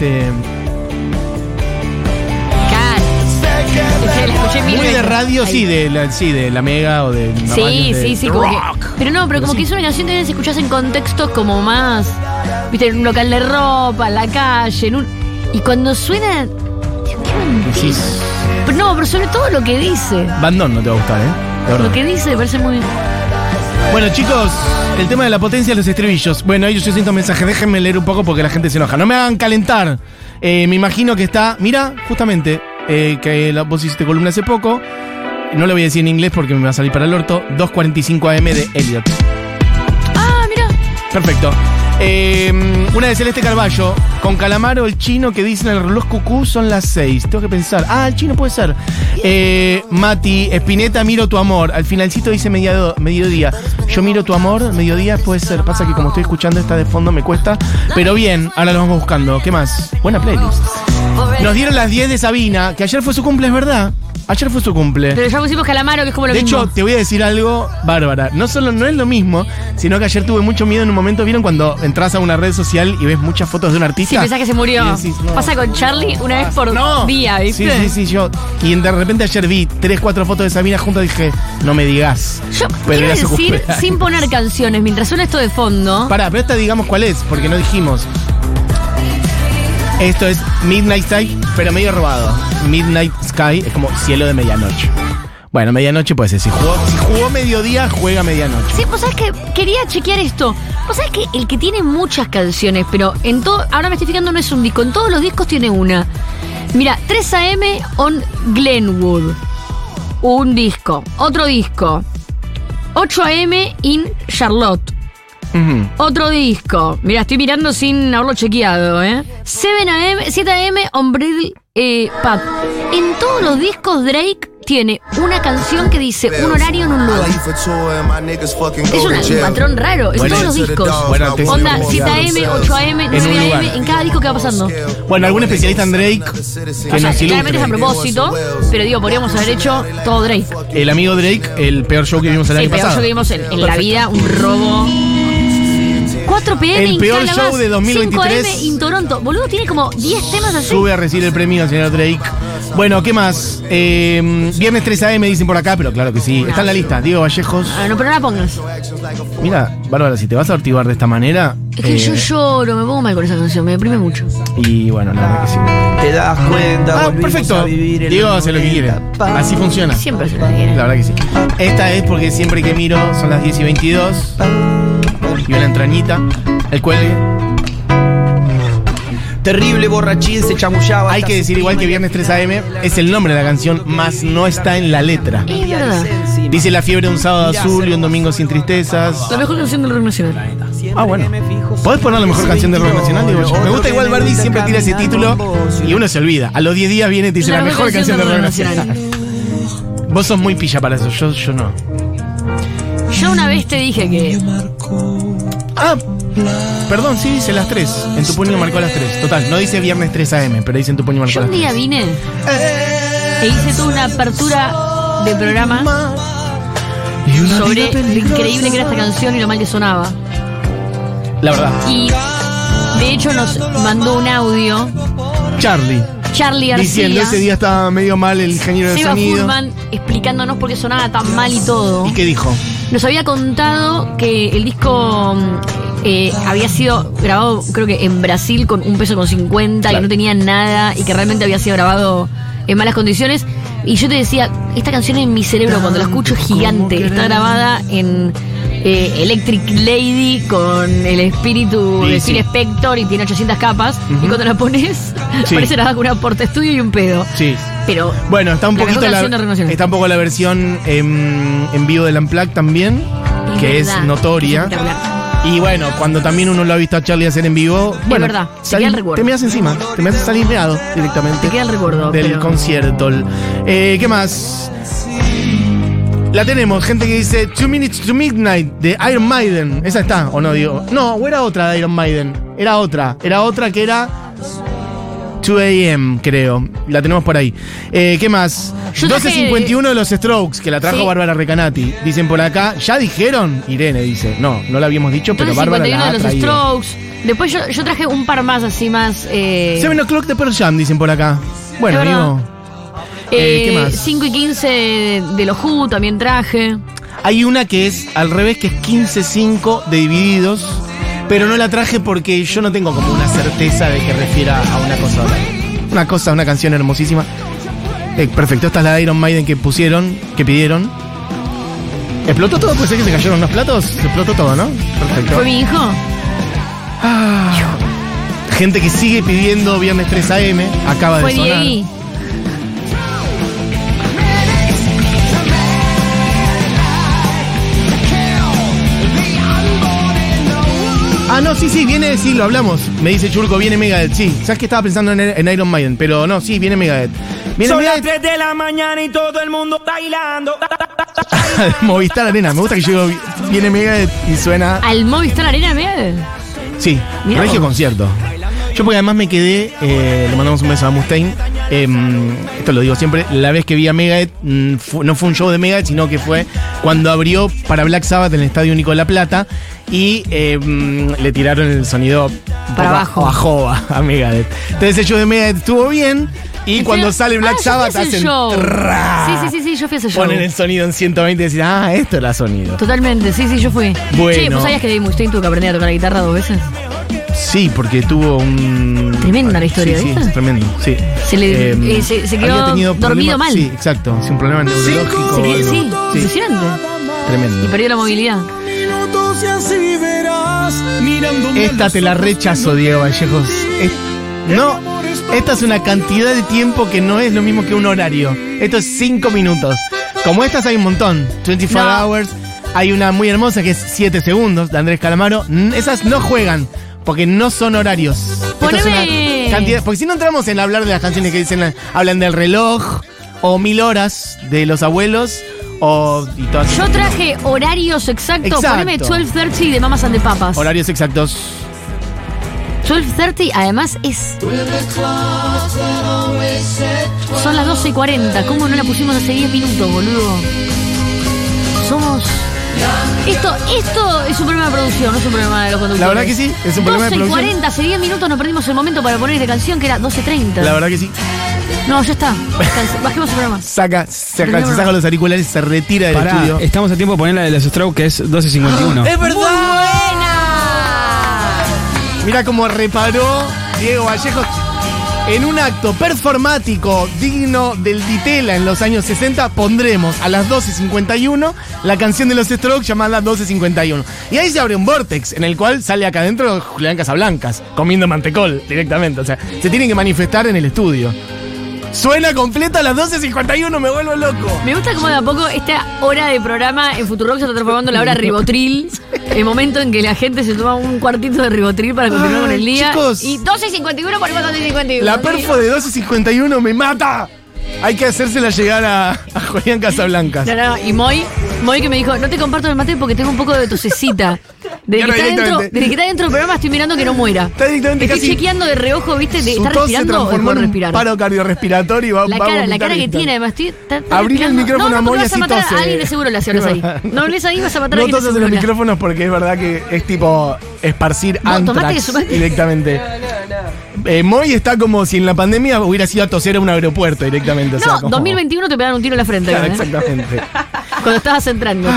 Claro. La escuché mil muy de veces. radio, Ahí. sí, de la Mega o de la Sí, radio de sí, como que. rock. Pero no, pero como que es una canción que se escuchás en contextos como más. Viste, en un local de ropa, en la calle, y cuando suena. Dios, qué Sí. mentira. Pero no, pero sobre todo lo que dice. Bandón no te va a gustar, de verdad. Lo que dice me parece muy. Bueno, chicos, el tema de la potencia de los estribillos. Bueno, yo siento mensajes, déjenme leer un poco porque la gente se enoja. No me hagan calentar. Me imagino que está. Mira, justamente, que vos hiciste columna hace poco. No lo voy a decir en inglés porque me va a salir para el orto. 2:45 AM de Elliot. Ah, mira. Perfecto. Una de Celeste Carballo, con Calamaro, el chino que dicen el reloj cucú son las 6. Tengo que pensar. Ah, el chino puede ser. Mati, Spinetta, miro tu amor. Al finalcito dice mediodía. Yo miro tu amor, mediodía puede ser. Pasa que como estoy escuchando esta de fondo me cuesta. Pero bien, ahora lo vamos buscando. ¿Qué más? Buena playlist. Nos dieron las 10 de Sabina, que ayer fue su cumple, es verdad. Ayer fue su cumple. Pero ya pusimos Calamaro, que es como lo De mismo. hecho, te voy a decir algo, Bárbara. No es lo mismo, sino que ayer tuve mucho miedo en un momento. ¿Vieron cuando entras a una red social y ves muchas fotos de un artista? Sí, pensás que se murió. Y decís, no. Pasa con Charlie una vez por No. día, ¿viste? Sí, yo. Y de repente ayer vi 3-4 fotos de Sabina juntas y dije, no me digas. Yo Pero quiero era su decir, cumpleaños. sin poner canciones, mientras suena esto de fondo. Pará, pero esta digamos cuál es, porque no dijimos. Esto es Midnight Sky, pero medio robado. Midnight Sky es como cielo de medianoche. Bueno, medianoche puede ser. Si jugó mediodía, juega medianoche. Sí, vos sabés que quería chequear esto. Vos sabés que el que tiene muchas canciones, pero en todo. Ahora me estoy fijando, no es un disco. En todos los discos tiene una. Mira, 3 AM on Glenwood. Un disco. Otro disco. 8 AM in Charlotte. Ujú. Otro disco. Mira, estoy mirando sin haberlo chequeado, 7 AM on Bridle Path. En todos los discos Drake tiene una canción que dice un horario en un lugar. Es un patrón raro en Bueno, todos los discos. bueno, te- Onda 7 AM, 8 AM, 9 un lugar. AM, en cada disco que va pasando. Bueno, algún especialista en Drake que O sea, nos claramente es a ilustre. propósito, pero digo, podríamos haber hecho todo Drake. El amigo Drake, el peor show que vimos el Sí, año peor pasado. show que vimos en la vida, un robo. 4 PM El en peor Calabas, show de 2023. 5 AM en Toronto. Boludo, tiene como 10 temas así. Sube a recibir el premio, señor Drake. Bueno, ¿qué más? Viernes 3 AM dicen por acá, pero claro que sí. Está en la lista. Diego Vallejos. Ah, no, pero no la pongas. Mira, Bárbara, si te vas a activar de esta manera. Es que yo lloro, me pongo mal con esa canción, me deprime mucho. Y bueno, la verdad que sí. Te das cuenta, Ah, volvimos perfecto. a vivir en Diego los hace lo que quiere. 90. Así funciona. Siempre se lo quiere. La verdad que sí. Esta es porque siempre que miro son las 10:22. Y una entrañita. El cuelgue. Terrible borrachín se chamullaba. Hay que decir igual que Viernes 3 AM es el nombre de la canción, más no está en la letra. Es verdad. Dice la fiebre de un sábado azul y un domingo sin tristezas. La mejor canción del rock nacional. Ah, bueno. ¿Podés poner la mejor canción del rock nacional? Digo yo. Me gusta igual Barbie siempre tira ese título y uno se olvida. A los 10 días viene y te dice la mejor canción del rock nacional. Vos sos muy pilla para eso, yo no. Yo una vez te dije que. Ah, Perdón, sí dice las 3. En tu puño marcó las 3. Total, no dice viernes 3 AM, pero dice en tu puño marcó Yo las un 3. día vine e hice toda una apertura de programa sobre lo increíble que era esta canción y lo mal que sonaba. La verdad. Y de hecho nos mandó un audio Charlie García, diciendo ese día estaba medio mal el ingeniero de Seba sonido. Furman, explicándonos por qué sonaba tan mal y todo. ¿Y qué dijo? Nos había contado que el disco había sido grabado, creo que en Brasil, con un peso con 50, Claro. y no tenía nada, y que realmente había sido grabado en malas condiciones. Y yo te decía, esta canción en mi cerebro, cuando la escucho, es gigante. Está grabada en Electric Lady con el espíritu Sí, de sí. Phil Spector y tiene 800 capas. Y cuando la pones, Sí. parece grabada con una porta estudio y un pedo. Sí. Pero Bueno, está un la poquito mejor canción de Renovación. está un poco la versión en vivo del Unplugged también, que es verdad, notoria. es espectacular. Y bueno, cuando también uno lo ha visto a Charlie hacer en vivo, bueno, verdad, te queda el recuerdo. Te me haces encima, te me haces salir meado directamente. Te queda el recuerdo, del pero- concierto. ¿Qué más? La tenemos, gente que dice 2 Minutes to Midnight de Iron Maiden. ¿Esa está o no? Digo, no, o era otra de Iron Maiden. Era otra que era 2 AM, creo. La tenemos por ahí. ¿Qué más? Yo traje- 12.51 de los Strokes, que la trajo Sí. Bárbara Recanati. Dicen por acá, ¿ya dijeron? Irene dice, no la habíamos dicho, pero Entonces, Bárbara 51 la ha de los traído. Strokes. Después yo traje un par más, así más. 7 O'Clock de Pearl Jam, dicen por acá. Bueno, Es verdad. amigo. ¿Qué más? 5 y 15 de los Who también traje. Hay una que es al revés, que es 15-5 de Divididos, pero no la traje porque yo no tengo como una certeza de que refiera a una cosa o otra. Una canción hermosísima. Perfecto, esta es la de Iron Maiden que pidieron. ¿Explotó todo? ¿Puede ser que se cayeron los platos? Se explotó todo, ¿no? Perfecto. ¿Fue mi hijo? Gente que sigue pidiendo Viernes 3 AM, acaba Fue de sonar. Diegui. Ah, no, sí, viene, sí, lo hablamos. Me dice Churco, viene Megadeth, sí. ¿Sabes que estaba pensando en Iron Maiden? Pero no, sí, viene Megadeth. Viene Son las Megadeth 3 de la mañana y todo el mundo bailando. Movistar Arena. Me gusta que llego, viene Megadeth y suena. ¿Al Movistar Arena, Megadeth? Sí, Mirá regio vos. concierto. Yo porque además me quedé, le mandamos un beso a Mustaine, esto lo digo siempre, la vez que vi a Megadeth, no fue un show de Megadeth, sino que fue cuando abrió para Black Sabbath en el Estadio Único de La Plata y le tiraron el sonido Para abajo. a Megadeth. Entonces el show de Megadeth estuvo bien y ¿En cuando serio? sale Black yo fui a Sabbath ese hacen show. trrrra. Sí, yo fui a ese show. Ponen el sonido en 120 y decís, esto era sonido. Totalmente, sí, yo fui. Bueno. Che, ¿vos sabías que Dave Mustaine tuvo que aprender a tocar la guitarra 2 veces? Sí, porque tuvo un... Tremenda la historia, sí, ¿viste? Sí, tremendo, sí. Se quedó había tenido dormido problemas- mal. Sí, exacto. Sí, un problema neurológico. Sí, algo. sí, impresionante. Y Tremendo. perdió la movilidad. Minutos y así verás. Mirándome a Esta los te la ojos rechazo, cuando Diego Vallejos. No, esta es una cantidad de tiempo que no es lo mismo que un horario. Esto es 5 minutos. Como estas hay un montón. 24 No. hours. Hay una muy hermosa que es 7 segundos de Andrés Calamaro. Esas no juegan. Porque no son horarios. Esto es Poneme- una cantidad. Porque si no entramos en hablar de las canciones que dicen, hablan del reloj, o 1000 horas de los abuelos, y todas Yo esas traje horarios exactos. Exacto. Poneme 12:30 de Mamas and the Papas. horarios exactos. 12:30 además es. Son las 12:40. ¿Cómo no la pusimos hace 10 minutos, boludo? Somos. Esto es un problema de producción, no es un problema de los conductores. La verdad que sí, es un problema de producción. 12:40, hace 10 minutos nos perdimos el momento para poner esta canción que era 12:30. La verdad que sí. No, ya está. Bajemos el programa. Se saca los auriculares y se retira del Pará, estudio. estamos a tiempo de poner la de los Strokes, que es 12.51. ¡Es verdad! ¡Buena! Mira cómo reparó Diego Vallejos. En un acto performático digno del Ditela en los años 60, pondremos a las 12.51 la canción de los Strokes llamada 12.51. Y ahí se abre un vortex en el cual sale acá adentro Julián Casablancas comiendo mantecol directamente. O sea, se tienen que manifestar en el estudio. Suena completa a las 12.51, me vuelvo loco. Me gusta como de a poco esta hora de programa en Futurock se está transformando en la hora Ribotril. El momento en que la gente se toma un cuartito de Ribotril para continuar con el día. Chicos. Y 12:51 ponemos 12:51. La perfo de 12.51 me mata. Hay que hacérsela llegar a Julián Casablancas. No, y Moy que me dijo, no te comparto el mate porque tengo un poco de tosecita. Desde Y que, ahora está dentro del programa estoy mirando que no muera. Está directamente Estoy casi. chequeando de reojo, ¿viste? Su ¿Está tos se respirando o transformó puede en un respirar? paro cardiorrespiratorio y va La a cara vomitar que ahorita. tiene, además. Está Abrí el respirando. micrófono a Moy, porque vas así a matar tose. a alguien de seguro le hacías ahí. No hables ahí, vas a matar a No alguien de toses en los seguro. micrófonos porque es verdad que es tipo esparcir Vos tomate que antrax sumate. directamente. Moy está como si en la pandemia hubiera sido a toser a un aeropuerto directamente. O sea, No, como- 2021 te pegaron un tiro en la frente. Claro, ¿eh? exactamente. Cuando estabas entrando.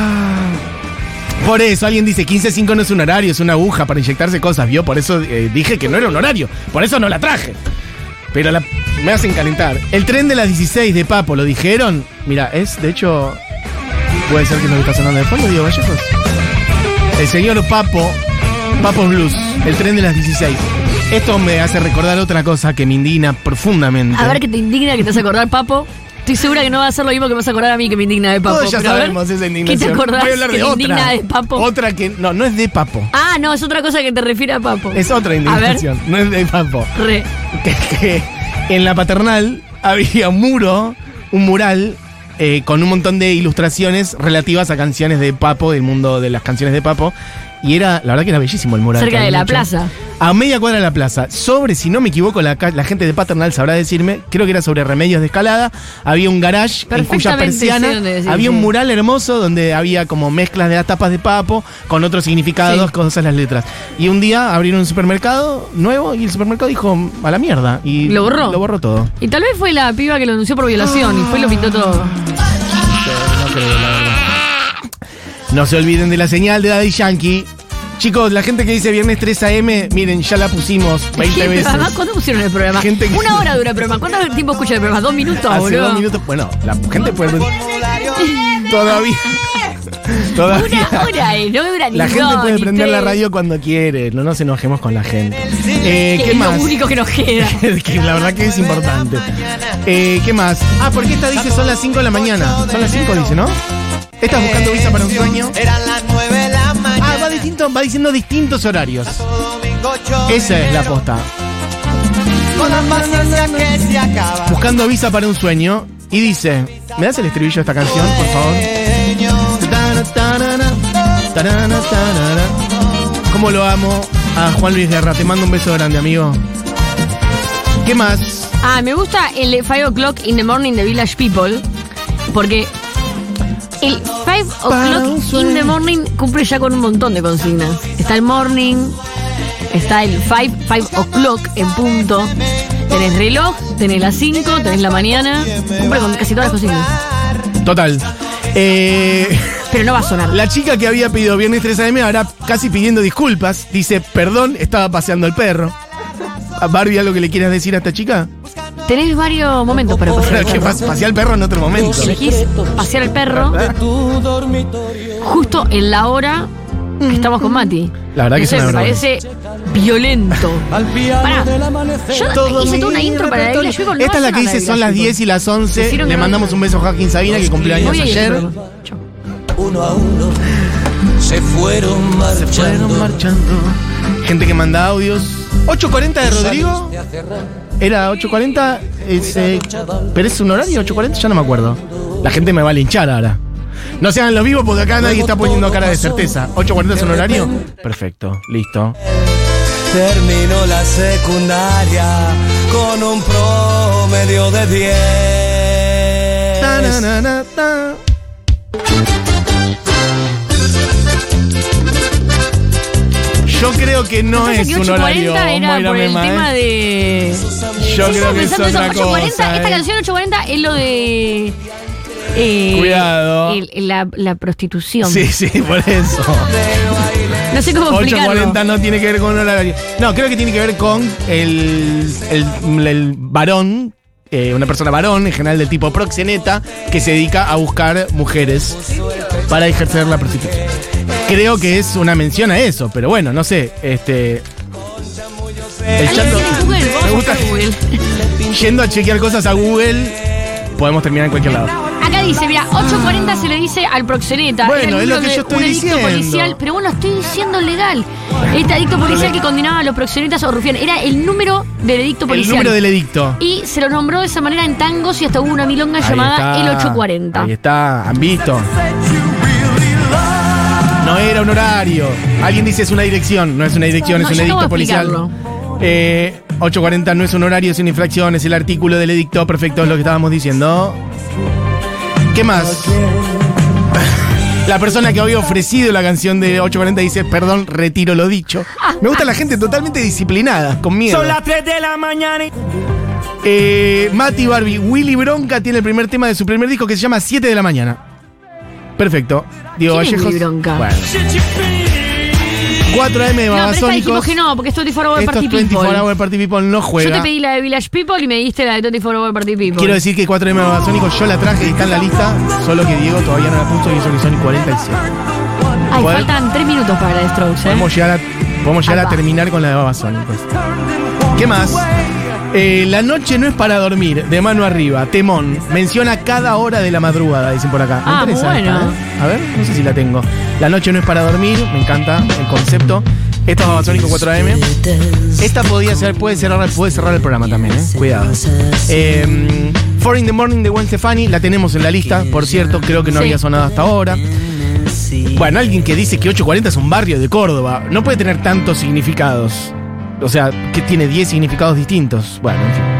Por eso alguien dice 15.5 no es un horario, es una aguja para inyectarse cosas, ¿vio? Por eso dije que no era un horario, por eso no la traje. Pero me hacen calentar. El tren de las 16 de Papo, ¿lo dijeron? Mira, es, de hecho, puede ser que nos está sonando de fondo, Diego Vallejos. El señor Papo Blues, el tren de las 16. Esto me hace recordar otra cosa que me indigna profundamente. A ver qué te indigna que te vas a acordar, Papo. Estoy segura que no va a ser lo mismo que me vas a acordar a mí que me indigna de Papo. Todos ya pero a ver, sabemos esa ¿qué indignación. te acordás Voy a hablar que de te otra. indigna de Papo? Otra que no es de Papo. Ah, no, es otra cosa que te refiere a Papo. Es otra indignación, no es de Papo. Re. Que en la Paternal había un mural con un montón de ilustraciones relativas a canciones de Papo, del mundo de las canciones de Papo. Y la verdad que era bellísimo el mural. Cerca que de habían la hecho. plaza. A media cuadra de la plaza. Sobre, si no me equivoco, la gente de Paternal sabrá decirme, creo que era sobre remedios de escalada. Había un garage en cuya Perfectamente sé persiana dónde decís, había un sí. mural hermoso donde había como mezclas de las tapas de Papo con otros significados, Sí. cosas las letras. Y un día abrieron un supermercado nuevo y el supermercado dijo a la mierda. Y Lo borró. Lo borró todo. Y tal vez fue la piba que lo denunció por violación y fue y lo pintó todo. No creo, la verdad. No se olviden de la señal de Daddy Yankee. Chicos, la gente que dice viernes 3 AM, miren, ya la pusimos 20 ¿Qué veces. programa? ¿Cuándo pusieron el programa? Gente que- Una hora dura el programa. ¿Cuánto tiempo escucha el programa? 2 minutos, Hace boludo. 2 minutos. Bueno, la gente puede. Todavía. Todavía. Una hora, no dura ni La gente dos, puede ni prender la tres. radio cuando quiere. No nos enojemos con la gente. Que ¿Qué es más? lo único que nos queda. Que la verdad que es importante. ¿Qué más? Ah, porque esta dice son las 5 de la mañana. Son las 5, dice, ¿no? Estás buscando visa para un sueño. Eran las 9 de la mañana. Ah, va diciendo distintos horarios. Esa es la posta. Con la paciencia que se acaba. Buscando visa para un sueño. Y dice, ¿me das el estribillo de esta canción, por favor? ¿Cómo lo amo a Juan Luis Guerra? Te mando un beso grande, amigo. ¿Qué más? Ah, me gusta el 5 o'clock in the morning de Village People. Porque el 5 o'clock in the morning cumple ya con un montón de consignas. Está el morning, está el 5 o'clock en punto. Tenés reloj, tenés las 5, tenés la mañana. Cumple con casi todas las consignas. Total. Pero no va a sonar. La chica que había pedido viernes 3 AM ahora casi pidiendo disculpas. Dice, perdón, estaba paseando al perro. ¿A Barbie algo que le quieras decir a esta chica? Tenés varios momentos para pasear al Que perro. pasear al perro en otro momento. Elegís pasear al perro justo en la hora que estamos con Mati. La verdad que No sé, es una me vergüenza. parece violento. Pará, yo hice toda una intro para la Village People. Esta es la que dice son las 10 y las 11. Hicieron Le que no- mandamos un beso a Joaquín Sabina que cumplió años Voy a ir al ayer. programa. Chau. Uno a uno se fueron marchando. Gente que manda audios. 8.40 de Rodrigo. Era 8.40. Pero es un horario 8.40, ya no me acuerdo. La gente me va a linchar ahora. No se hagan los vivos porque acá nadie está poniendo cara de certeza. 8.40 es un horario. Perfecto, listo. Terminó la secundaria con un promedio de 10. Ta, na, na, na, ta. Yo creo que no Entonces, es que un horario. 8:40 era Moira por el Mema, tema de. Yo creo que es pensando otra eso, 8:40, cosa. esta canción 8:40 es lo de. Cuidado. La prostitución. Sí, sí, por eso. No sé cómo explicarlo. 8.40 no tiene que ver con un horario. No, creo que tiene que ver con el varón, una persona varón, en general del tipo proxeneta, que se dedica a buscar mujeres para ejercer la prostitución. Creo que es una mención a eso, pero bueno, no sé. El chato, Google, me vos gusta buscá Google. yendo a chequear cosas a Google, podemos terminar en cualquier lado. Acá dice, mira, 8:40 se le dice al proxeneta. Bueno, Era el es lo número que de yo estoy un edicto diciendo. policial, pero bueno, estoy diciendo legal. Este edicto policial que condenaba a los proxenetas o rufianes. Era el número del edicto El policial. número del edicto. Y se lo nombró de esa manera en tangos y hasta hubo una milonga Ahí llamada está. el 840. Ahí está, han visto. No era un horario. Alguien dice es una dirección. No es una dirección, No, es un yo acabo edicto de policial. explicarlo. 8:40 no es un horario, es una infracción, es el artículo del edicto. Perfecto, es lo que estábamos diciendo. ¿Qué más? La persona que había ofrecido la canción de 8:40 dice, perdón, retiro lo dicho. Me gusta la gente totalmente disciplinada, con miedo. Son las 3 de la mañana. Mati Barbie, Willy Bronca tiene el primer tema de su primer disco que se llama 7 de la mañana. Perfecto. Diego ¿Quién es Vallejos. Willy Bronca? Bueno. 4 AM de No, pero esta dijimos Babasónicos. que no, porque es 24 Hour Estos Party 24 People. Hour Party People no Yo juega. te pedí la de Village People y me diste la de 24 Hour Party People. Quiero decir que 4 AM de Babasónicos yo la traje y está en la lista, solo que Diego todavía no la puso y eso que son 47. Ay, Poder- faltan 3 minutos para la de Strokes, ¿eh? Podemos llegar a Apa. terminar con la de Babasónicos. ¿Qué más? La noche no es para dormir, de mano arriba, temón. Menciona cada hora de la madrugada, dicen por acá. Me Ah, interesa bueno. esta, ¿eh? A ver, no sé si la tengo. La noche no es para dormir, me encanta el concepto. Esta es Babasónico 4 AM. Esta puede cerrar el programa también, Cuidado. 4 in the Morning de Gwen Stefani, la tenemos en la lista, por cierto, creo que no Sí. había sonado hasta ahora. Bueno, alguien que dice que 840 es un barrio de Córdoba, no puede tener tantos significados. O sea, que tiene 10 significados distintos. Bueno, en fin.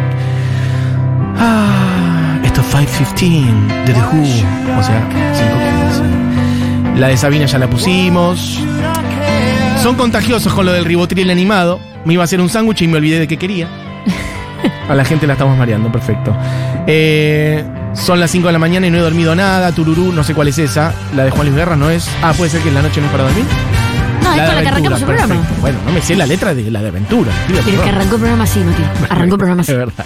Esto es 5:15 de The Who. O sea, 5:15. La de Sabina ya la pusimos. Son contagiosos con lo del ribotril animado. Me iba a hacer un sándwich y me olvidé de qué quería. A la gente la estamos mareando, perfecto. Son las 5 de la mañana y no he dormido nada. Tururú, no sé cuál es esa. La de Juan Luis Guerra no es. Puede ser que la noche no es para dormir. No, es con la que Aventura, arrancamos el programa. perfecto. Bueno, no me sé la letra de la de Aventura. Pido Pero es que perdón. arrancó el programa así, Mati. Arrancó el programa así. Es verdad.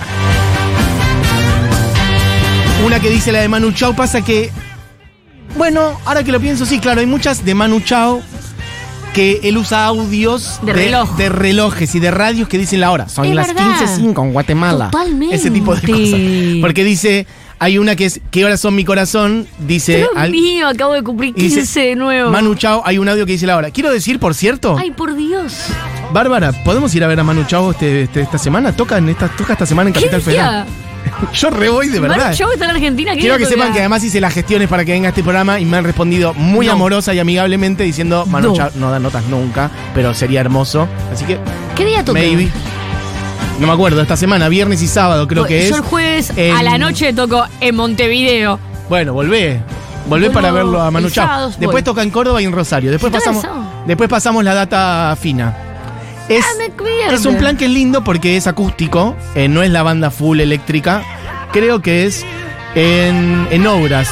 Una que dice la de Manu Chao pasa que. Bueno, ahora que lo pienso, sí, claro, hay muchas de Manu Chao que él usa audios De reloj. de relojes y de radios que dicen la hora. Son Es las verdad. 15:05 en Guatemala. Totalmente. Ese tipo de cosas. Porque dice, hay una que es ¿qué horas son mi corazón? Dice. Dios mío, acabo de cumplir y dice, 15 de nuevo. Manu Chao, hay un audio que dice la hora. Quiero decir, por cierto, Ay, por Dios. Bárbara, ¿podemos ir a ver a Manu Chao esta semana? Toca esta semana en ¿Qué Capital Federal. día? Yo re voy de verdad. Manu Chao está en Argentina. ¿qué Quiero que día sepan toca? que además hice las gestiones para que venga a este programa y me han respondido muy No. amorosa y amigablemente diciendo, Manu No. Chao no da notas nunca, pero sería hermoso. Así que, ¿Qué día toca? maybe. No me acuerdo, esta semana, viernes y sábado creo que es. Yo el jueves en- a la noche toco en Montevideo. Bueno, volvé Vuelvo para verlo a Manu el Chao. sábado, Después voy. toca en Córdoba y en Rosario. Después ¿Toca el pasamos, sábado? después pasamos la data fina. Es, me pierde. es un plan que es lindo porque es acústico, no es la banda full eléctrica. Creo que es en Obras.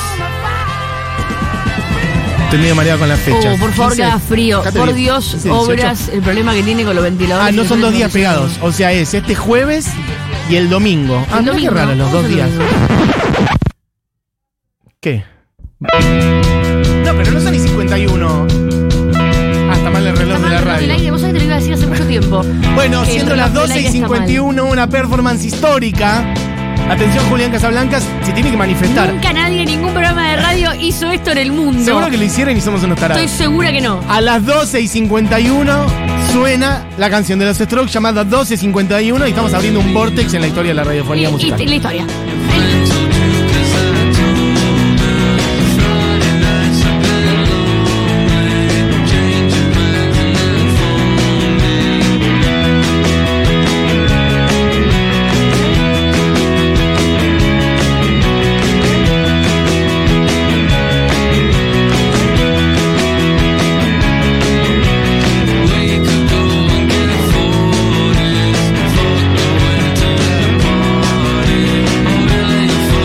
Estoy medio mareado con las fechas. Por favor, 15, que haga frío. acá te Por digo, Dios, 15, 18. Obras, el problema que tiene con los ventiladores. No son 2 días que pegados. O sea, es este jueves y el domingo. El Mirá domingo, qué raro, los ¿cómo 2 se días. llama? ¿Qué? No, pero no son ni 51. Hasta mal el reloj Está de la mal el radio. aire, vos sabés que te lo iba a decir hace mucho tiempo. Bueno, El siendo reloj las del 12 y aire está 51, una performance histórica. Atención, Julián Casablancas, se tiene que manifestar. Nunca nadie en ningún programa de radio hizo esto en el mundo. Seguro que lo hicieron y somos unos tarados. Estoy segura que no. A las 12 y 51 suena la canción de los Strokes llamada 12:51 y estamos abriendo un vortex en la historia de la radiofonía musical. Y la historia. Party,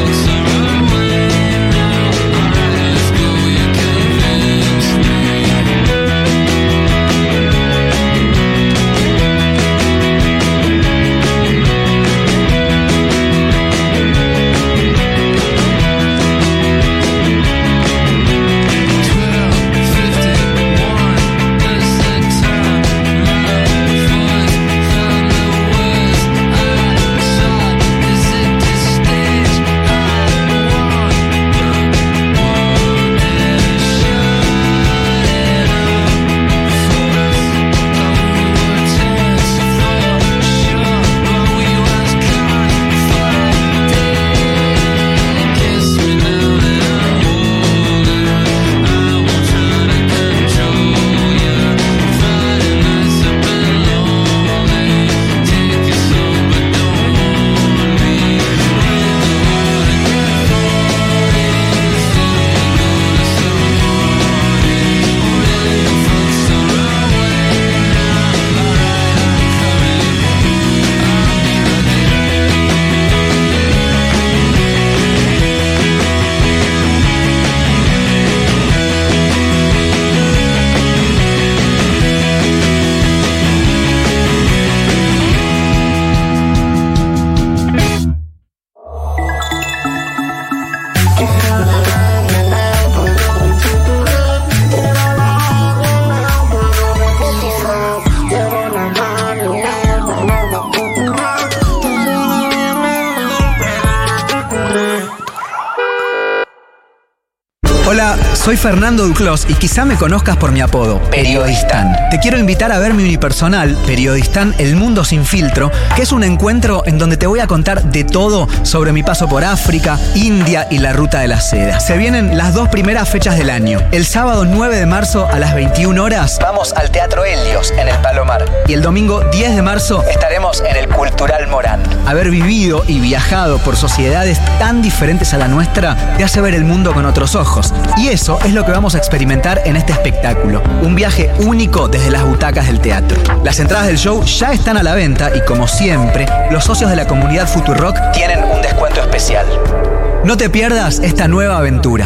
Hola, soy Fernando Duclos y quizá me conozcas por mi apodo, Periodistán. Te quiero invitar a ver mi unipersonal, Periodistán, El Mundo Sin Filtro, que es un encuentro en donde te voy a contar de todo sobre mi paso por África, India y la Ruta de la Seda. Se vienen las 2 primeras fechas del año. El sábado 9 de marzo a las 21 horas vamos al Teatro Helios en el Palomar. Y el domingo 10 de marzo estaremos en el Cultural Morán. Haber vivido y viajado por sociedades tan diferentes a la nuestra te hace ver el mundo con otros ojos. Y eso es lo que vamos a experimentar en este espectáculo. Un viaje único desde las butacas del teatro. Las entradas del show ya están a la venta y, como siempre, los socios de la comunidad Futurock tienen un descuento especial. No te pierdas esta nueva aventura.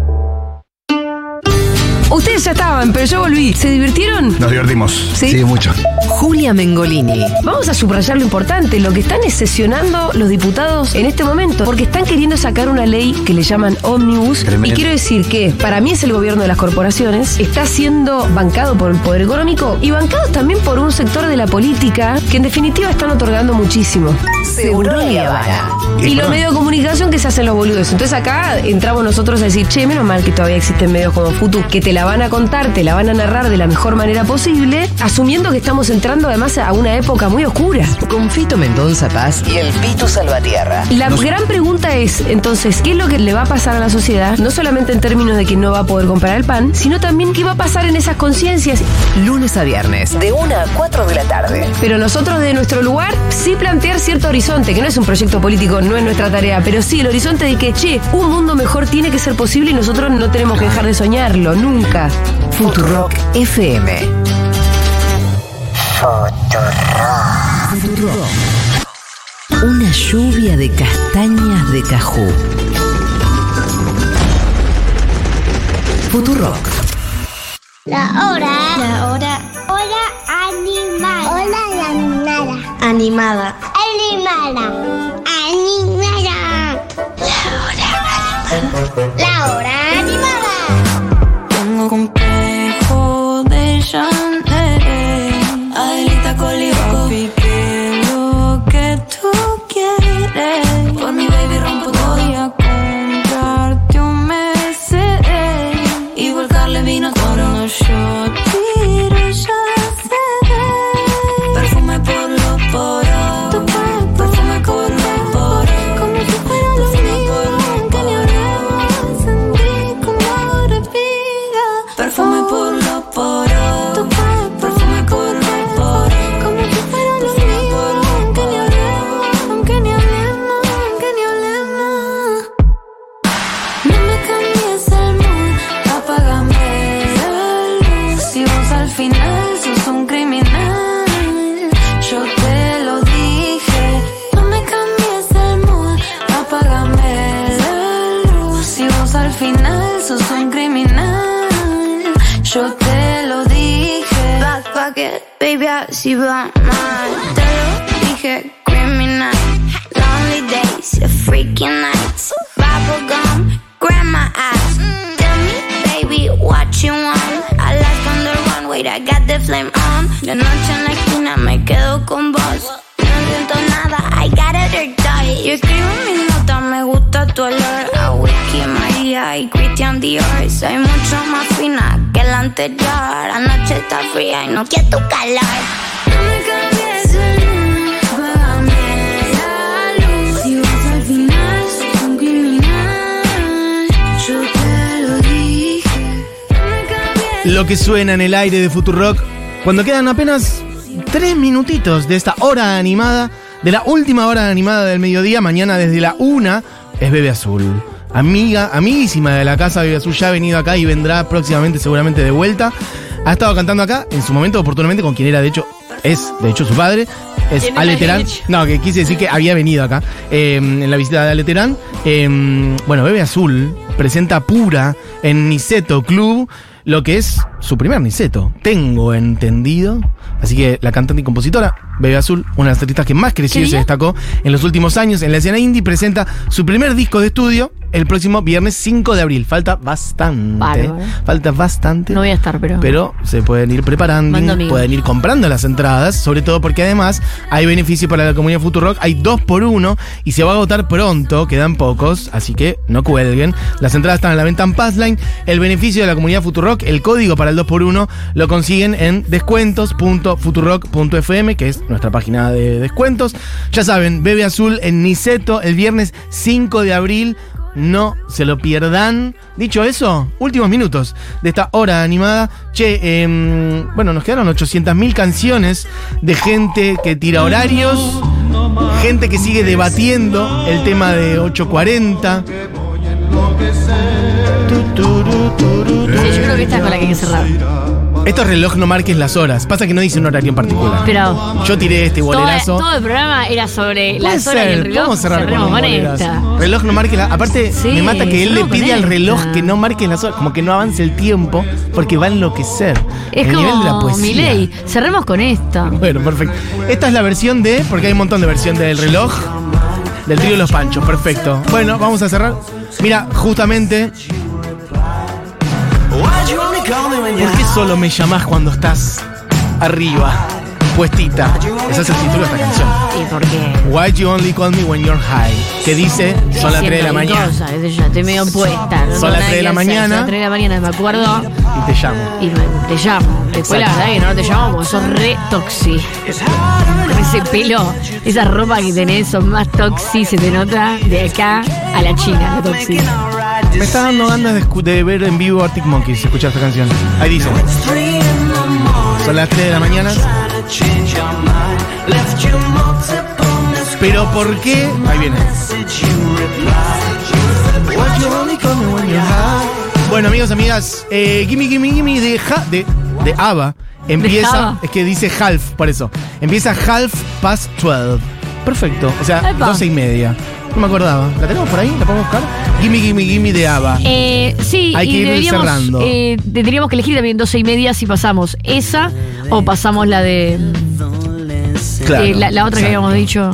Ustedes ya estaban, pero yo volví. ¿Se divirtieron? Nos divertimos. Sí, mucho. Julia Mengolini. Vamos a subrayar lo importante, lo que están es sesionando los diputados en este momento, porque están queriendo sacar una ley que le llaman Omnibus. Tremendo. Y quiero decir que para mí es el gobierno de las corporaciones, está siendo bancado por el poder económico y bancado también por un sector de la política que en definitiva están otorgando muchísimo. Seguro y Habana. Y los medios de comunicación que se hacen los boludos. Entonces acá entramos nosotros a decir, che, menos mal que todavía existen medios como Futu, que te la van a contar, te la van a narrar de la mejor manera posible, asumiendo que estamos entrando además a una época muy oscura. Con Fito Mendonza Paz y el Pitu Salvatierra. La gran pregunta es, entonces, ¿qué es lo que le va a pasar a la sociedad? No solamente en términos de que no va a poder comprar el pan, sino también qué va a pasar en esas conciencias. Lunes a viernes, de 1 a 4 de la tarde. Pero nosotros de nuestro lugar sí plantear cierto horizonte, que no es un proyecto político, no es nuestra tarea, pero sí el horizonte de que, che, un mundo mejor tiene que ser posible y nosotros no tenemos que dejar de soñarlo, nunca. Futurock FM. Futurock. Una lluvia de castañas de cajú. Futurock. La hora animada. Hora animada. Animada. La hora animada. Tengo complejo de Chanel. Adelita Colibaco. Piqué lo que tú quieres. Por mi baby rompo todo. Voy a comprarte un Mercedes y volcarle vino todo. Yo tiro ya se ve. Perfume por los poros. Perfume por los poros. Como si fuera lo mío. Que ni hablemos, sentí como respira. Perfume por los poros. Perfume por los poros. Como si fuera lo mío. Que ni hablemos, que ni hablemos, que ni hablemos. No me cambies el mood, apágame la luz. Si vos al final sos un criminal, yo te lo dije. No me cambies el mood, apágame la luz. Si vos al final sos un criminal, yo te lo dije. Back it, baby, así va mal. Te lo dije, criminal. Lonely days, freaking nights. Bubblegum, grab my eyes. Tell me, baby, what you want. I like on the runway, I got the flame on. De noche en la esquina me quedo con vos. No siento nada, I got a dirt die. Y escribo mis notas, me gusta tu olor. A Whisky María y Christian Dior. Soy mucho más fina que la anterior. Anoche está fría y no quiero tu calor. No me cambies el mood, apágame la luz. Si vas al final sos un criminal, yo te lo dije. No me cambies. Lo que suena en el aire de Futurock cuando quedan apenas 3 minutitos de esta hora animada, de la última hora animada del mediodía. Mañana desde la 1 es Bebe Azul. Amiguísima de la casa. Bebe Azul ya ha venido acá y vendrá próximamente seguramente de vuelta. Ha estado cantando acá en su momento oportunamente con quien era de hecho su padre. Es Ale Terán. No, que quise decir que había venido acá en la visita de Ale Terán. Bueno, Bebe Azul presenta Pura en Niceto Club, lo que es su primer Niceto, tengo entendido. Así que la cantante y compositora Bebe Azul, una de las artistas que más creció y se destacó en los últimos años en la escena indie, presenta su primer disco de estudio el próximo viernes 5 de abril. Falta bastante. Bárbaro. Falta bastante. No voy a estar, pero se pueden ir preparando, pueden ir comprando las entradas, sobre todo porque además hay beneficio para la comunidad Futurock. Hay 2x1 y se va a agotar pronto, quedan pocos, así que no cuelguen. Las entradas están a la venta en Passline. El beneficio de la comunidad Futurock, el código para el 2x1, lo consiguen en descuentos.futurock.fm, que es nuestra página de descuentos. Ya saben, Bebe Azul en Niceto el viernes 5 de abril. No se lo pierdan. Dicho eso, últimos minutos de esta hora animada. Che, bueno, nos quedaron 800.000 canciones de gente que tira horarios, gente que sigue debatiendo el tema de 8:40. Sí, yo creo que esta es con la que hay que cerrar. Esto es reloj, no marques las horas. Pasa que no dice un horario en particular. Pero yo tiré este bolerazo. Todo el programa era sobre las horas y el reloj. Vamos a cerrar con esta. Reloj no marques las horas. Aparte, me mata que él le pide al reloj que no marque las horas. Como que no avance el tiempo porque va a enloquecer. Es el nivel de la poesía. Milei. Cerremos con esta. Bueno, perfecto. Esta es la versión de... Porque hay un montón de versiones del reloj. Del trío Los Panchos. Perfecto. Bueno, vamos a cerrar. Mira, justamente... ¿Por qué solo me llamás cuando estás arriba, puestita? Ese es el título de esta canción. ¿Y por qué? Why you only call me when you're high? Que dice, son las 3 de la mañana. Ya estoy medio puesta. Son las 3 de la mañana. Son las 3 de la mañana, me acuerdo. Y te llamo. Y te llamo. Después la verdad que no te llamo porque sos re toxi. Con ese pelo, esa ropa que tenés, son más toxi, se te nota de acá a la China, la toxi. Me está dando ganas de ver en vivo Arctic Monkeys, escuchar esta canción. Ahí dice. Son las 3 de la mañana. Pero ¿por qué? Ahí viene. Bueno, amigos, amigas, Gimme Gimme Gimme de ABBA empieza, es que dice half, por eso. Empieza 12:30. Perfecto, o sea, 12:30. No me acordaba. ¿La tenemos por ahí? ¿La podemos buscar? Gimme Gimme Gimme de ABBA. Sí, hay que ir cerrando. Tendríamos que elegir también 12:30 si pasamos esa o pasamos la de... Claro, la otra que habíamos dicho.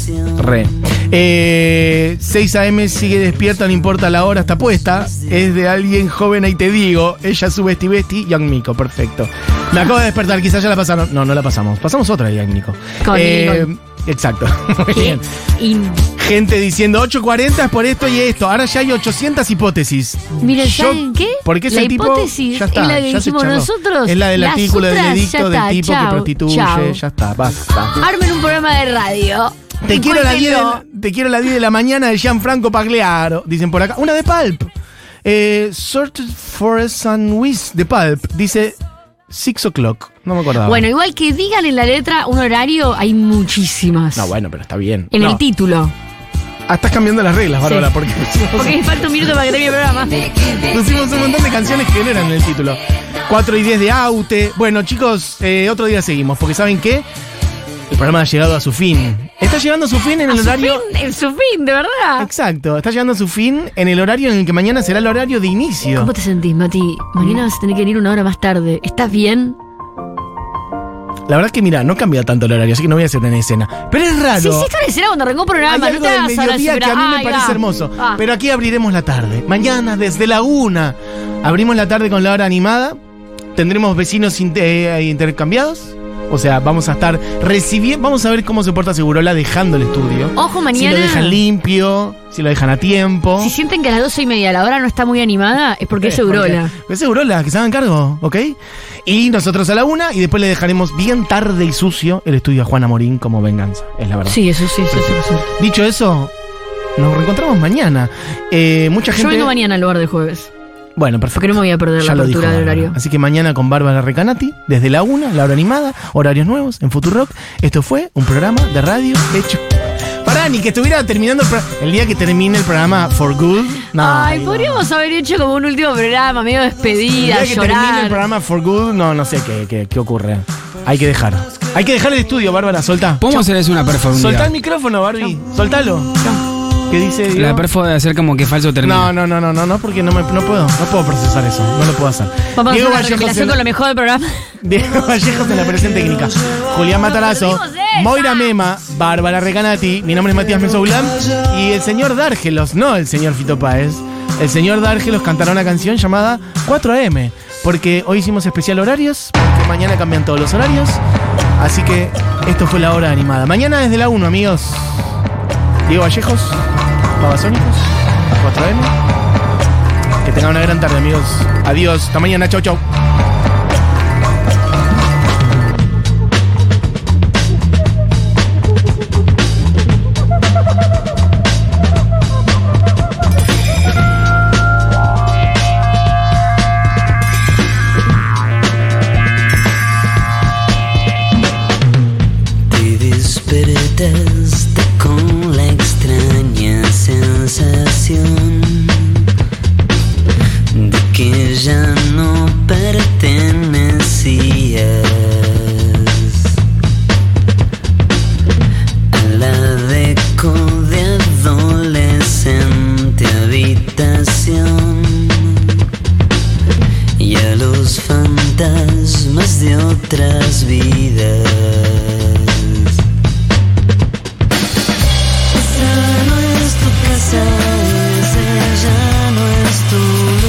6 AM sigue despierta, no importa la hora, está puesta. Es de alguien joven, ahí te digo. Ella sube Vesti, Young Miko, perfecto. Me acabo de despertar, quizás ya la pasaron. No la pasamos. Pasamos otra de Young Miko. Exacto. Muy bien. Gente diciendo 8:40 es por esto y esto. Ahora ya hay 800 hipótesis. Miren, ¿saben qué? Porque ese la tipo hipótesis ya está, es la que dijimos nosotros. Es la del artículo del edicto del tipo chau, que prostituye. Chau. Ya está, basta. Armen un programa de radio. Te quiero la 10 de la mañana de Gianfranco Pagliaro. Dicen por acá. Una de Pulp. Sorted Forest and Wiz de Pulp. Dice 6 o'clock. No me acordaba. Bueno, igual que digan en la letra un horario, hay muchísimas. No, bueno, pero está bien. En el título. Estás cambiando las reglas, Bárbara. Sí. Porque me falta un minuto para que termine el programa. Pusimos un montón de canciones que no eran en el título. 4:10 de Aute. Bueno, chicos, otro día seguimos. Porque ¿saben qué? El programa ha llegado a su fin. Está llegando a su fin en el horario... En su fin, de verdad. Exacto. Está llegando a su fin en el horario en el que mañana será el horario de inicio. ¿Cómo te sentís, Mati? Mañana vas a tener que venir una hora más tarde. ¿Estás bien? La verdad es que, mira, no cambia tanto el horario, así que no voy a hacer una escena. Pero es raro. Sí, está en escena cuando arrancó un programa. Hay algo del mediodía que a mí me parece hermoso. Pero aquí abriremos la tarde. Mañana, desde la 1, abrimos la tarde con la hora animada. Tendremos vecinos intercambiados. O sea, vamos a estar recibiendo. Vamos a ver cómo se porta Segurola dejando el estudio. Ojo, mañana. Si lo dejan limpio, si lo dejan a tiempo. Si sienten que a las 12:30 la hora no está muy animada, es porque es Segurola. Es Segurola, que se hagan cargo, ¿ok? Y nosotros a la 1 y después le dejaremos bien tarde y sucio el estudio a Juana Morín como venganza. Es la verdad. Sí, eso sí. Dicho eso, nos reencontramos mañana. Mucha gente. Yo vengo mañana en lugar del jueves. Bueno, perfecto. Porque no me voy a perder la apertura del horario. Así que mañana con Bárbara Recanati, desde la 1, la hora animada, horarios nuevos en Futurock. Esto fue un programa de radio hecho. Pará, ni que estuviera terminando el día que termine el programa For Good. No, ay, podríamos haber hecho como un último programa, medio despedida, el día que termine el programa For Good, no sé qué ocurre. Hay que dejar el estudio, Bárbara, soltá. ¿Podemos hacer eso una performance? Soltá el micrófono, Barbie. Soltalo. ¿Qué dice Diego? La perfo de hacer como que falso termina. No, porque no puedo procesar eso. No lo puedo hacer. Vamos a hacer una recopilación con lo mejor del programa. Diego Vallejos en la operación técnica. Julián Matarazo, Moira Mema, Bárbara Recanati, mi nombre es Matías Mesoulán y el señor Dárgelos, no el señor Fito Páez. El señor Dárgelos cantará una canción llamada 4 AM. Porque hoy hicimos especial horarios, porque mañana cambian todos los horarios. Así que esto fue la hora animada. Mañana desde la 1, amigos. Diego Vallejos, Babasónicos, 4 AM. Que tengan una gran tarde, amigos. Adiós. Hasta mañana. Chau, chau. Despertaste con la extraña sensación de que ya no pertenecías a la deco de adolescente habitación y a los fantasmas de otras vidas. Ese ya no es tu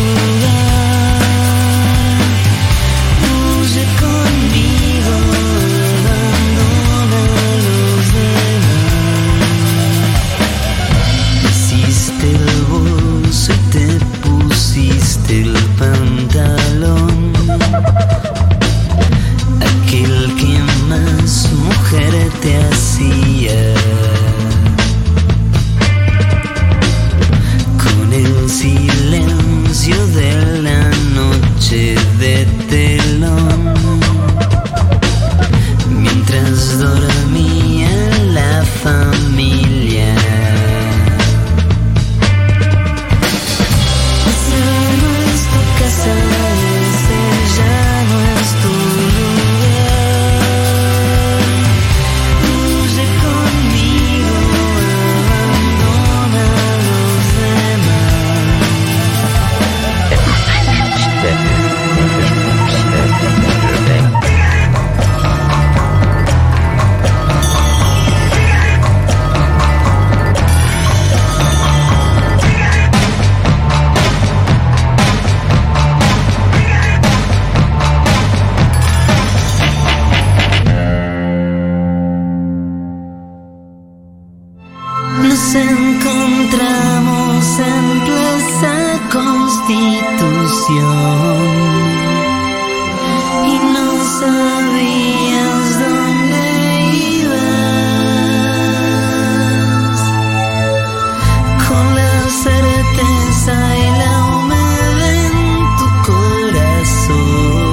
lugar. Huye conmigo, abandona a los demás. Hiciste el bolso y te pusiste el pantalón, aquel que más mujer te hacía. El silencio de la noche de telón, mientras dormía la familia. Esa no es tu casa, ese ya no es tu lugar. Huye conmigo, abandona a los demás. Nos encontramos en Plaza Constitución y no sabías dónde ibas, con la certeza y la humedad en tu corazón,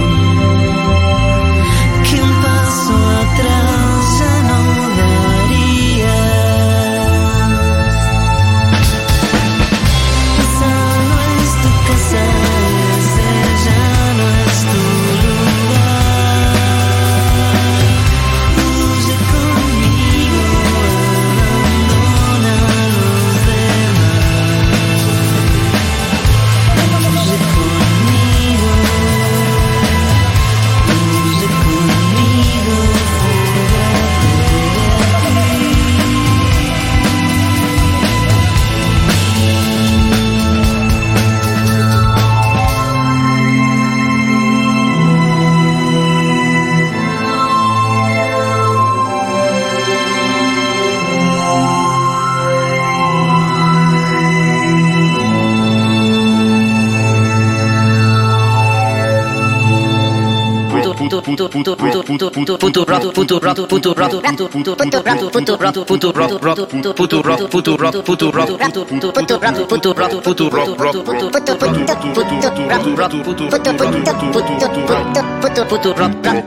que un paso atrás ya no darías. Ese ya no es tu lugar. Huye conmigo, abandona a los demás. Huye conmigo,